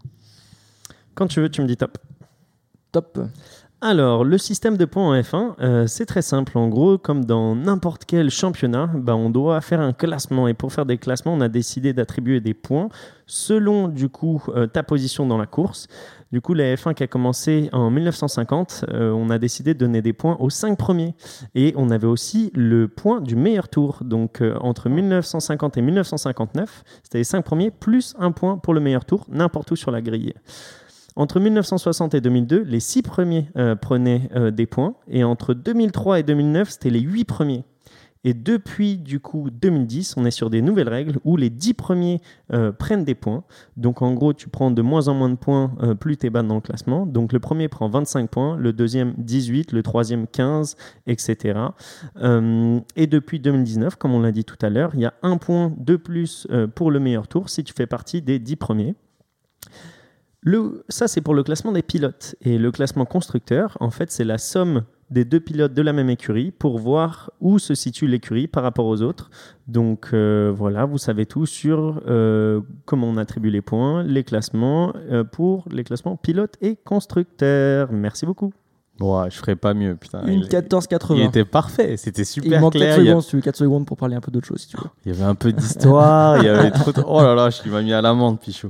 Quand tu veux, tu me dis top. Top. Alors, le système de points en F un, euh, c'est très simple. En gros, comme dans n'importe quel championnat, bah, on doit faire un classement. Et pour faire des classements, on a décidé d'attribuer des points selon du coup euh, ta position dans la course. Du coup, la F un qui a commencé en mille neuf cent cinquante, euh, on a décidé de donner des points aux cinq premiers. Et on avait aussi le point du meilleur tour. Donc, euh, entre mille neuf cent cinquante et mille neuf cent cinquante-neuf, c'était les cinq premiers plus un point pour le meilleur tour, n'importe où sur la grille. Entre mille neuf cent soixante et deux mille deux, les six premiers euh, prenaient euh, des points. Et entre deux mille trois et deux mille neuf, c'était les huit premiers. Et depuis, du coup, deux mille dix, on est sur des nouvelles règles où les dix premiers euh, prennent des points. Donc, en gros, tu prends de moins en moins de points euh, plus tu es bas dans le classement. Donc, le premier prend vingt-cinq points, le deuxième dix-huit, le troisième quinze, et cetera. Euh, et depuis deux mille dix-neuf, comme on l'a dit tout à l'heure, il y a un point de plus euh, pour le meilleur tour si tu fais partie des dix premiers. Le, ça, c'est pour le classement des pilotes. Et le classement constructeur, en fait, c'est la somme des deux pilotes de la même écurie pour voir où se situe l'écurie par rapport aux autres. Donc, euh, voilà, vous savez tout sur euh, comment on attribue les points, les classements euh, pour les classements pilotes et constructeurs. Merci beaucoup. Bon, ouais, je ferais pas mieux, putain. Une quatorze quatre-vingts. Il était parfait, c'était super il manque clair. quatre Il y, a... secondes, si tu veux, quatre secondes pour parler un peu d'autre chose, si tu veux. il y avait un peu d'histoire, il y avait trop de... Oh là là, je m'as mis à l'amende, Pichou.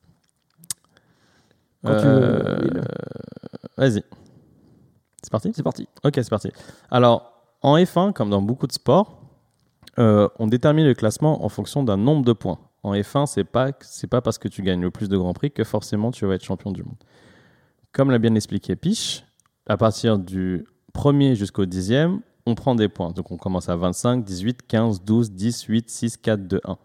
Quand euh... tu veux, Will. Vas-y. C'est parti ? C'est parti. Ok, c'est parti. Alors, en F un, comme dans beaucoup de sports, euh, on détermine le classement en fonction d'un nombre de points. En F un, c'est pas, c'est pas parce que tu gagnes le plus de Grands Prix que forcément tu vas être champion du monde. Comme l'a bien expliqué Piche, à partir du premier jusqu'au dixième, on prend des points. Donc on commence à vingt-cinq, dix-huit, quinze, douze, dix, huit, six, quatre, deux, un.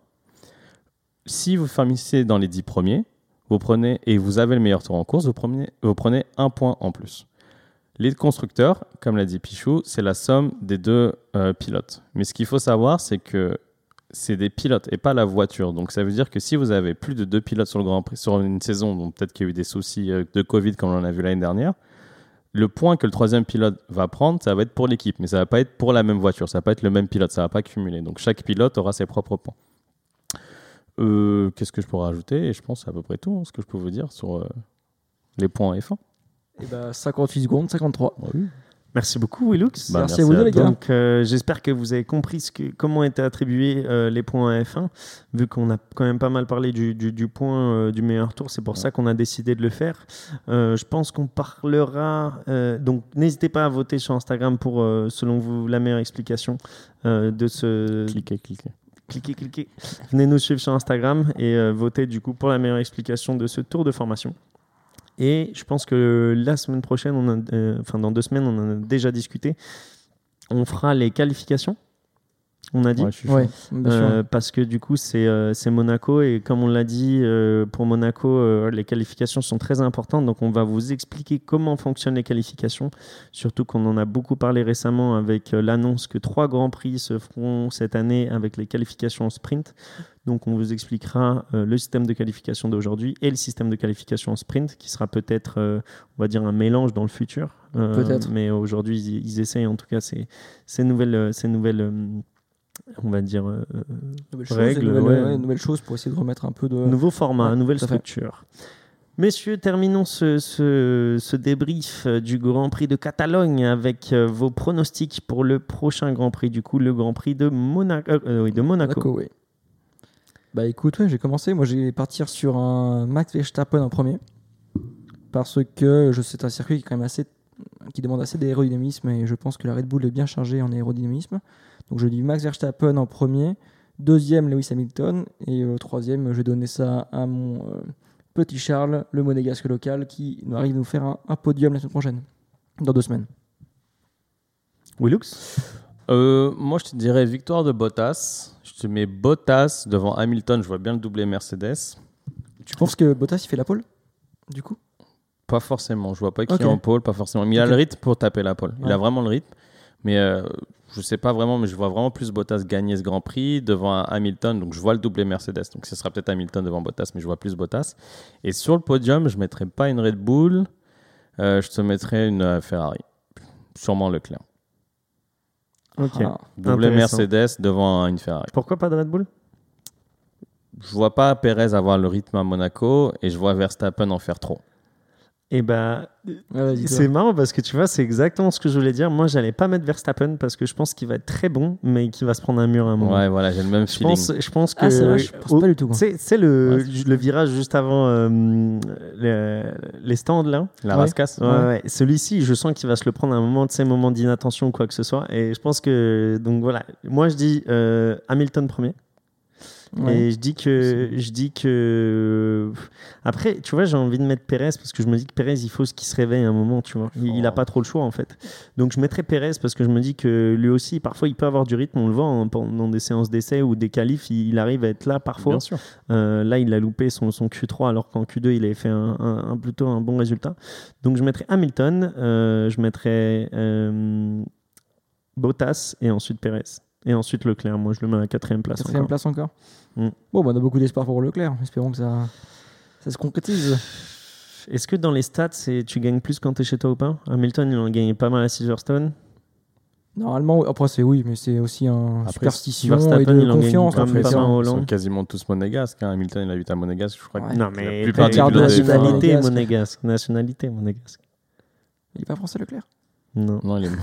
Si vous finissez dans les dix premiers, vous prenez, et vous avez le meilleur tour en course, vous prenez, vous prenez un point en plus. Les constructeurs, comme l'a dit Pichou, c'est la somme des deux euh, pilotes. Mais ce qu'il faut savoir, c'est que c'est des pilotes et pas la voiture. Donc ça veut dire que si vous avez plus de deux pilotes sur le Grand Prix, sur une saison, donc peut-être qu'il y a eu des soucis euh, de Covid comme on l'a vu l'année dernière, le point que le troisième pilote va prendre, ça va être pour l'équipe, mais ça va pas être pour la même voiture, ça va pas être le même pilote, ça va pas cumuler. Donc chaque pilote aura ses propres points. Euh, qu'est-ce que je pourrais rajouter ? Et je pense que c'est à peu près tout hein, ce que je peux vous dire sur euh, les points F un. Et bah cinquante-huit secondes, cinquante-trois. Oh oui. Merci beaucoup, Willux. Bah, merci, merci à vous deux, les gars. Donc, euh, j'espère que vous avez compris ce que, comment étaient attribués euh, les points à F un. Vu qu'on a quand même pas mal parlé du, du, du point euh, du meilleur tour, c'est pour ouais. ça qu'on a décidé de le faire. Euh, je pense qu'on parlera... Euh, donc, n'hésitez pas à voter sur Instagram pour, euh, selon vous, la meilleure explication euh, de ce... Cliquez, cliquez. Cliquez, cliquez. Venez nous suivre sur Instagram et euh, votez du coup pour la meilleure explication de ce tour de formation. Et je pense que la semaine prochaine, on a, euh, enfin dans deux semaines, on en a déjà discuté. On fera les qualifications. On a dit, ouais, je suis ouais, euh, parce que du coup c'est euh, c'est Monaco et comme on l'a dit euh, pour Monaco, euh, les qualifications sont très importantes. Donc on va vous expliquer comment fonctionnent les qualifications. Surtout qu'on en a beaucoup parlé récemment avec euh, l'annonce que trois grands prix se feront cette année avec les qualifications en sprint. Donc on vous expliquera euh, le système de qualification d'aujourd'hui et le système de qualification en sprint qui sera peut-être, euh, on va dire, un mélange dans le futur. Euh, peut-être. Mais aujourd'hui ils, ils essayent en tout cas ces, ces nouvelles, ces nouvelles euh, on va dire euh, nouvelles règles, choses, nouvelles, ouais. ouais, nouvelles choses pour essayer de remettre un peu de nouveau format, ouais, nouvelle structure. Messieurs, terminons ce, ce, ce débrief du Grand Prix de Catalogne avec euh, vos pronostics pour le prochain Grand Prix, du coup le Grand Prix de, Mona- euh, oui, de Monaco. Monaco oui. Bah écoute, ouais, j'ai commencé. Moi, je vais partir sur un Max Verstappen en premier parce que je sais c'est un circuit qui est quand même assez, qui demande assez d'aérodynamisme et je pense que la Red Bull est bien chargée en aérodynamisme. Donc je dis Max Verstappen en premier, deuxième Lewis Hamilton et euh, troisième, je vais donner ça à mon euh, petit Charles, le monégasque local, qui arrive à nous faire un, un podium la semaine prochaine, dans deux semaines. Willux ? Euh, moi, je te dirais victoire de Bottas. Je te mets Bottas devant Hamilton. Je vois bien le doublé Mercedes. Tu penses que Bottas, il fait la pole, du coup ? Pas forcément. Je vois pas qui okay. est en pole, pas forcément. Mais il okay. a le rythme pour taper la pole. Il ouais. a vraiment le rythme. Mais euh, je sais pas vraiment, mais je vois vraiment plus Bottas gagner ce Grand Prix devant Hamilton. Donc, je vois le doublé Mercedes. Donc, ce sera peut-être Hamilton devant Bottas, mais je vois plus Bottas. Et sur le podium, je mettrai pas une Red Bull. Euh, je te mettrai une euh, Ferrari. Sûrement Leclerc. Ok. Ah, doublé Mercedes devant une Ferrari. Pourquoi pas de Red Bull ? Je vois pas Perez avoir le rythme à Monaco et je vois Verstappen en faire trop. Et bah, Ouais, dis-toi. c'est marrant parce que tu vois, c'est exactement ce que je voulais dire. Moi, j'allais pas mettre Verstappen parce que je pense qu'il va être très bon, mais qu'il va se prendre un mur à un moment. Ouais, voilà, j'ai le même Je feeling. pense, je pense que. Ah, c'est vrai, je pense au- pas du tout. moi. C'est c'est le, Ouais, c'est- le virage juste avant euh, le- les stands là. La Ouais. rascasse. Ouais, Ouais. ouais. Celui-ci, je sens qu'il va se le prendre à un moment, tu sais, moment d'inattention ou quoi que ce soit. Et je pense que. Donc voilà. Moi, je dis euh, Hamilton premier. Ouais. Et je dis que. Je dis que. Après, tu vois, j'ai envie de mettre Pérez parce que je me dis que Pérez, il faut qu'il se réveille à un moment, tu vois. Il, il a Oh. pas trop le choix, en fait. Donc je mettrais Pérez parce que je me dis que lui aussi, parfois, il peut avoir du rythme. On le voit hein, pendant des séances d'essai ou des qualifs, il, il arrive à être là parfois. Bien sûr. Euh, là, il a loupé son, son Q trois alors qu'en Q deux, il avait fait un, un- un- plutôt un bon résultat. Donc, je mettrais Hamilton, euh, je mettrais euh, Bottas et ensuite Pérez. Et ensuite Leclerc. Moi, je le mets à la quatrième place. Quatrième encore. place encore. Mm. Bon, bah, on a beaucoup d'espoir pour Leclerc. Espérons que ça, ça se concrétise. Est-ce que dans les stats, c'est, tu gagnes plus quand tu es chez toi ou pas? Hamilton, il en a gagné pas mal à Silverstone. Normalement, après, c'est oui, mais c'est aussi un Après, superstition Verstappen, et de il en gagne confiance. quand donc même c'est pas mal ça. en Ils sont Hollande. quasiment tous monégasques. hein. Hamilton, il habite à Monégasque, je crois. Ouais. que Non, la mais plupart des Ricardo, pilotes c'est de pas F un- nationalité monégasque. monégasque. Nationalité monégasque. Il est pas français, Leclerc. Non. Non, il est.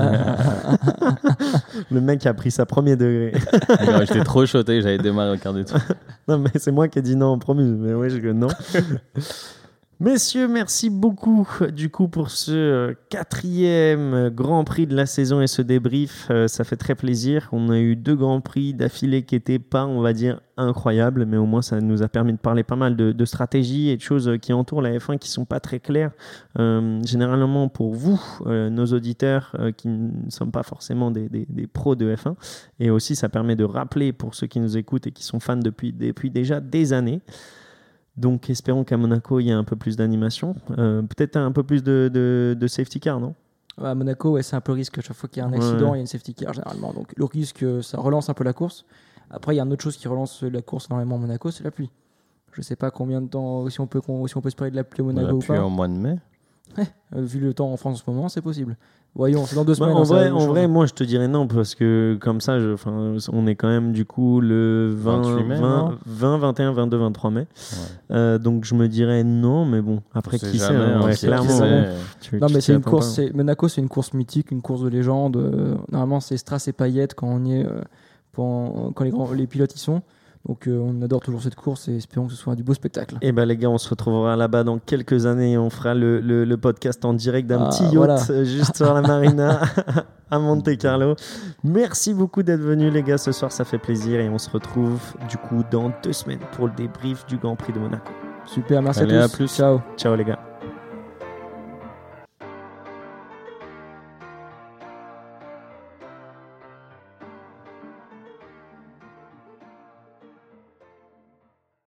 Le mec a pris sa premier degré. Non, J'étais trop choté, j'avais démarré au quart de tour. Non, mais c'est moi qui ai dit non en premier. Mais ouais, je non. Messieurs, merci beaucoup du coup pour ce euh, quatrième Grand Prix de la saison et ce débrief. Euh, ça fait très plaisir. On a eu deux Grands Prix d'affilée qui n'étaient pas, on va dire, incroyables, mais au moins ça nous a permis de parler pas mal de, de stratégies et de choses qui entourent la F un qui ne sont pas très claires. Euh, généralement pour vous, euh, nos auditeurs euh, qui ne sont pas forcément des, des, des pros de F un. Et aussi ça permet de rappeler pour ceux qui nous écoutent et qui sont fans depuis, depuis déjà des années. Donc, espérons qu'à Monaco, il y ait un peu plus d'animation. Euh, peut-être un peu plus de, de, de safety car, non? À Monaco, ouais, c'est un peu risque. À chaque fois qu'il y a un Ouais. accident, il y a une safety car généralement. Donc le risque, euh, ça relance un peu la course. Après, il y a une autre chose qui relance la course énormément à Monaco, c'est la pluie. Je sais pas combien de temps, si on peut, si on peut espérer de la pluie à On Monaco a ou pu pas. en mois de mai. Euh, vu le temps en France en ce moment, c'est possible. Voyons, c'est dans deux Bah, semaines. en hein, ça vrai, va en changer. vrai, moi, je te dirais non, parce que comme ça, je, 'fin, on est quand même du coup le vingt, vingt-huit mai, vingt, non vingt, vingt et un, vingt-deux, vingt-trois mai. Ouais. Euh, donc, je me dirais non, mais bon, après, On sait qui sait jamais, hein, hein, ouais, qui- clairement. qui sait. bon, tu- Non, tu mais t'y c'est une attends course. pas. c'est- Monaco, c'est une course mythique, une course de légende. Euh, normalement, c'est Strass et Payet quand on y est, euh, quand, quand les, grands, les pilotes y sont. Donc, euh, on adore toujours cette course et espérons que ce soit du beau spectacle. Eh ben les gars, on se retrouvera là-bas dans quelques années et on fera le, le, le podcast en direct d'un Ah, petit yacht voilà. euh, juste sur la marina à Monte Carlo. Merci beaucoup d'être venus les gars ce soir, ça fait plaisir et on se retrouve du coup dans deux semaines pour le débrief du Grand Prix de Monaco. Super, merci Allez, à à tous. plus. Ciao. Ciao les gars.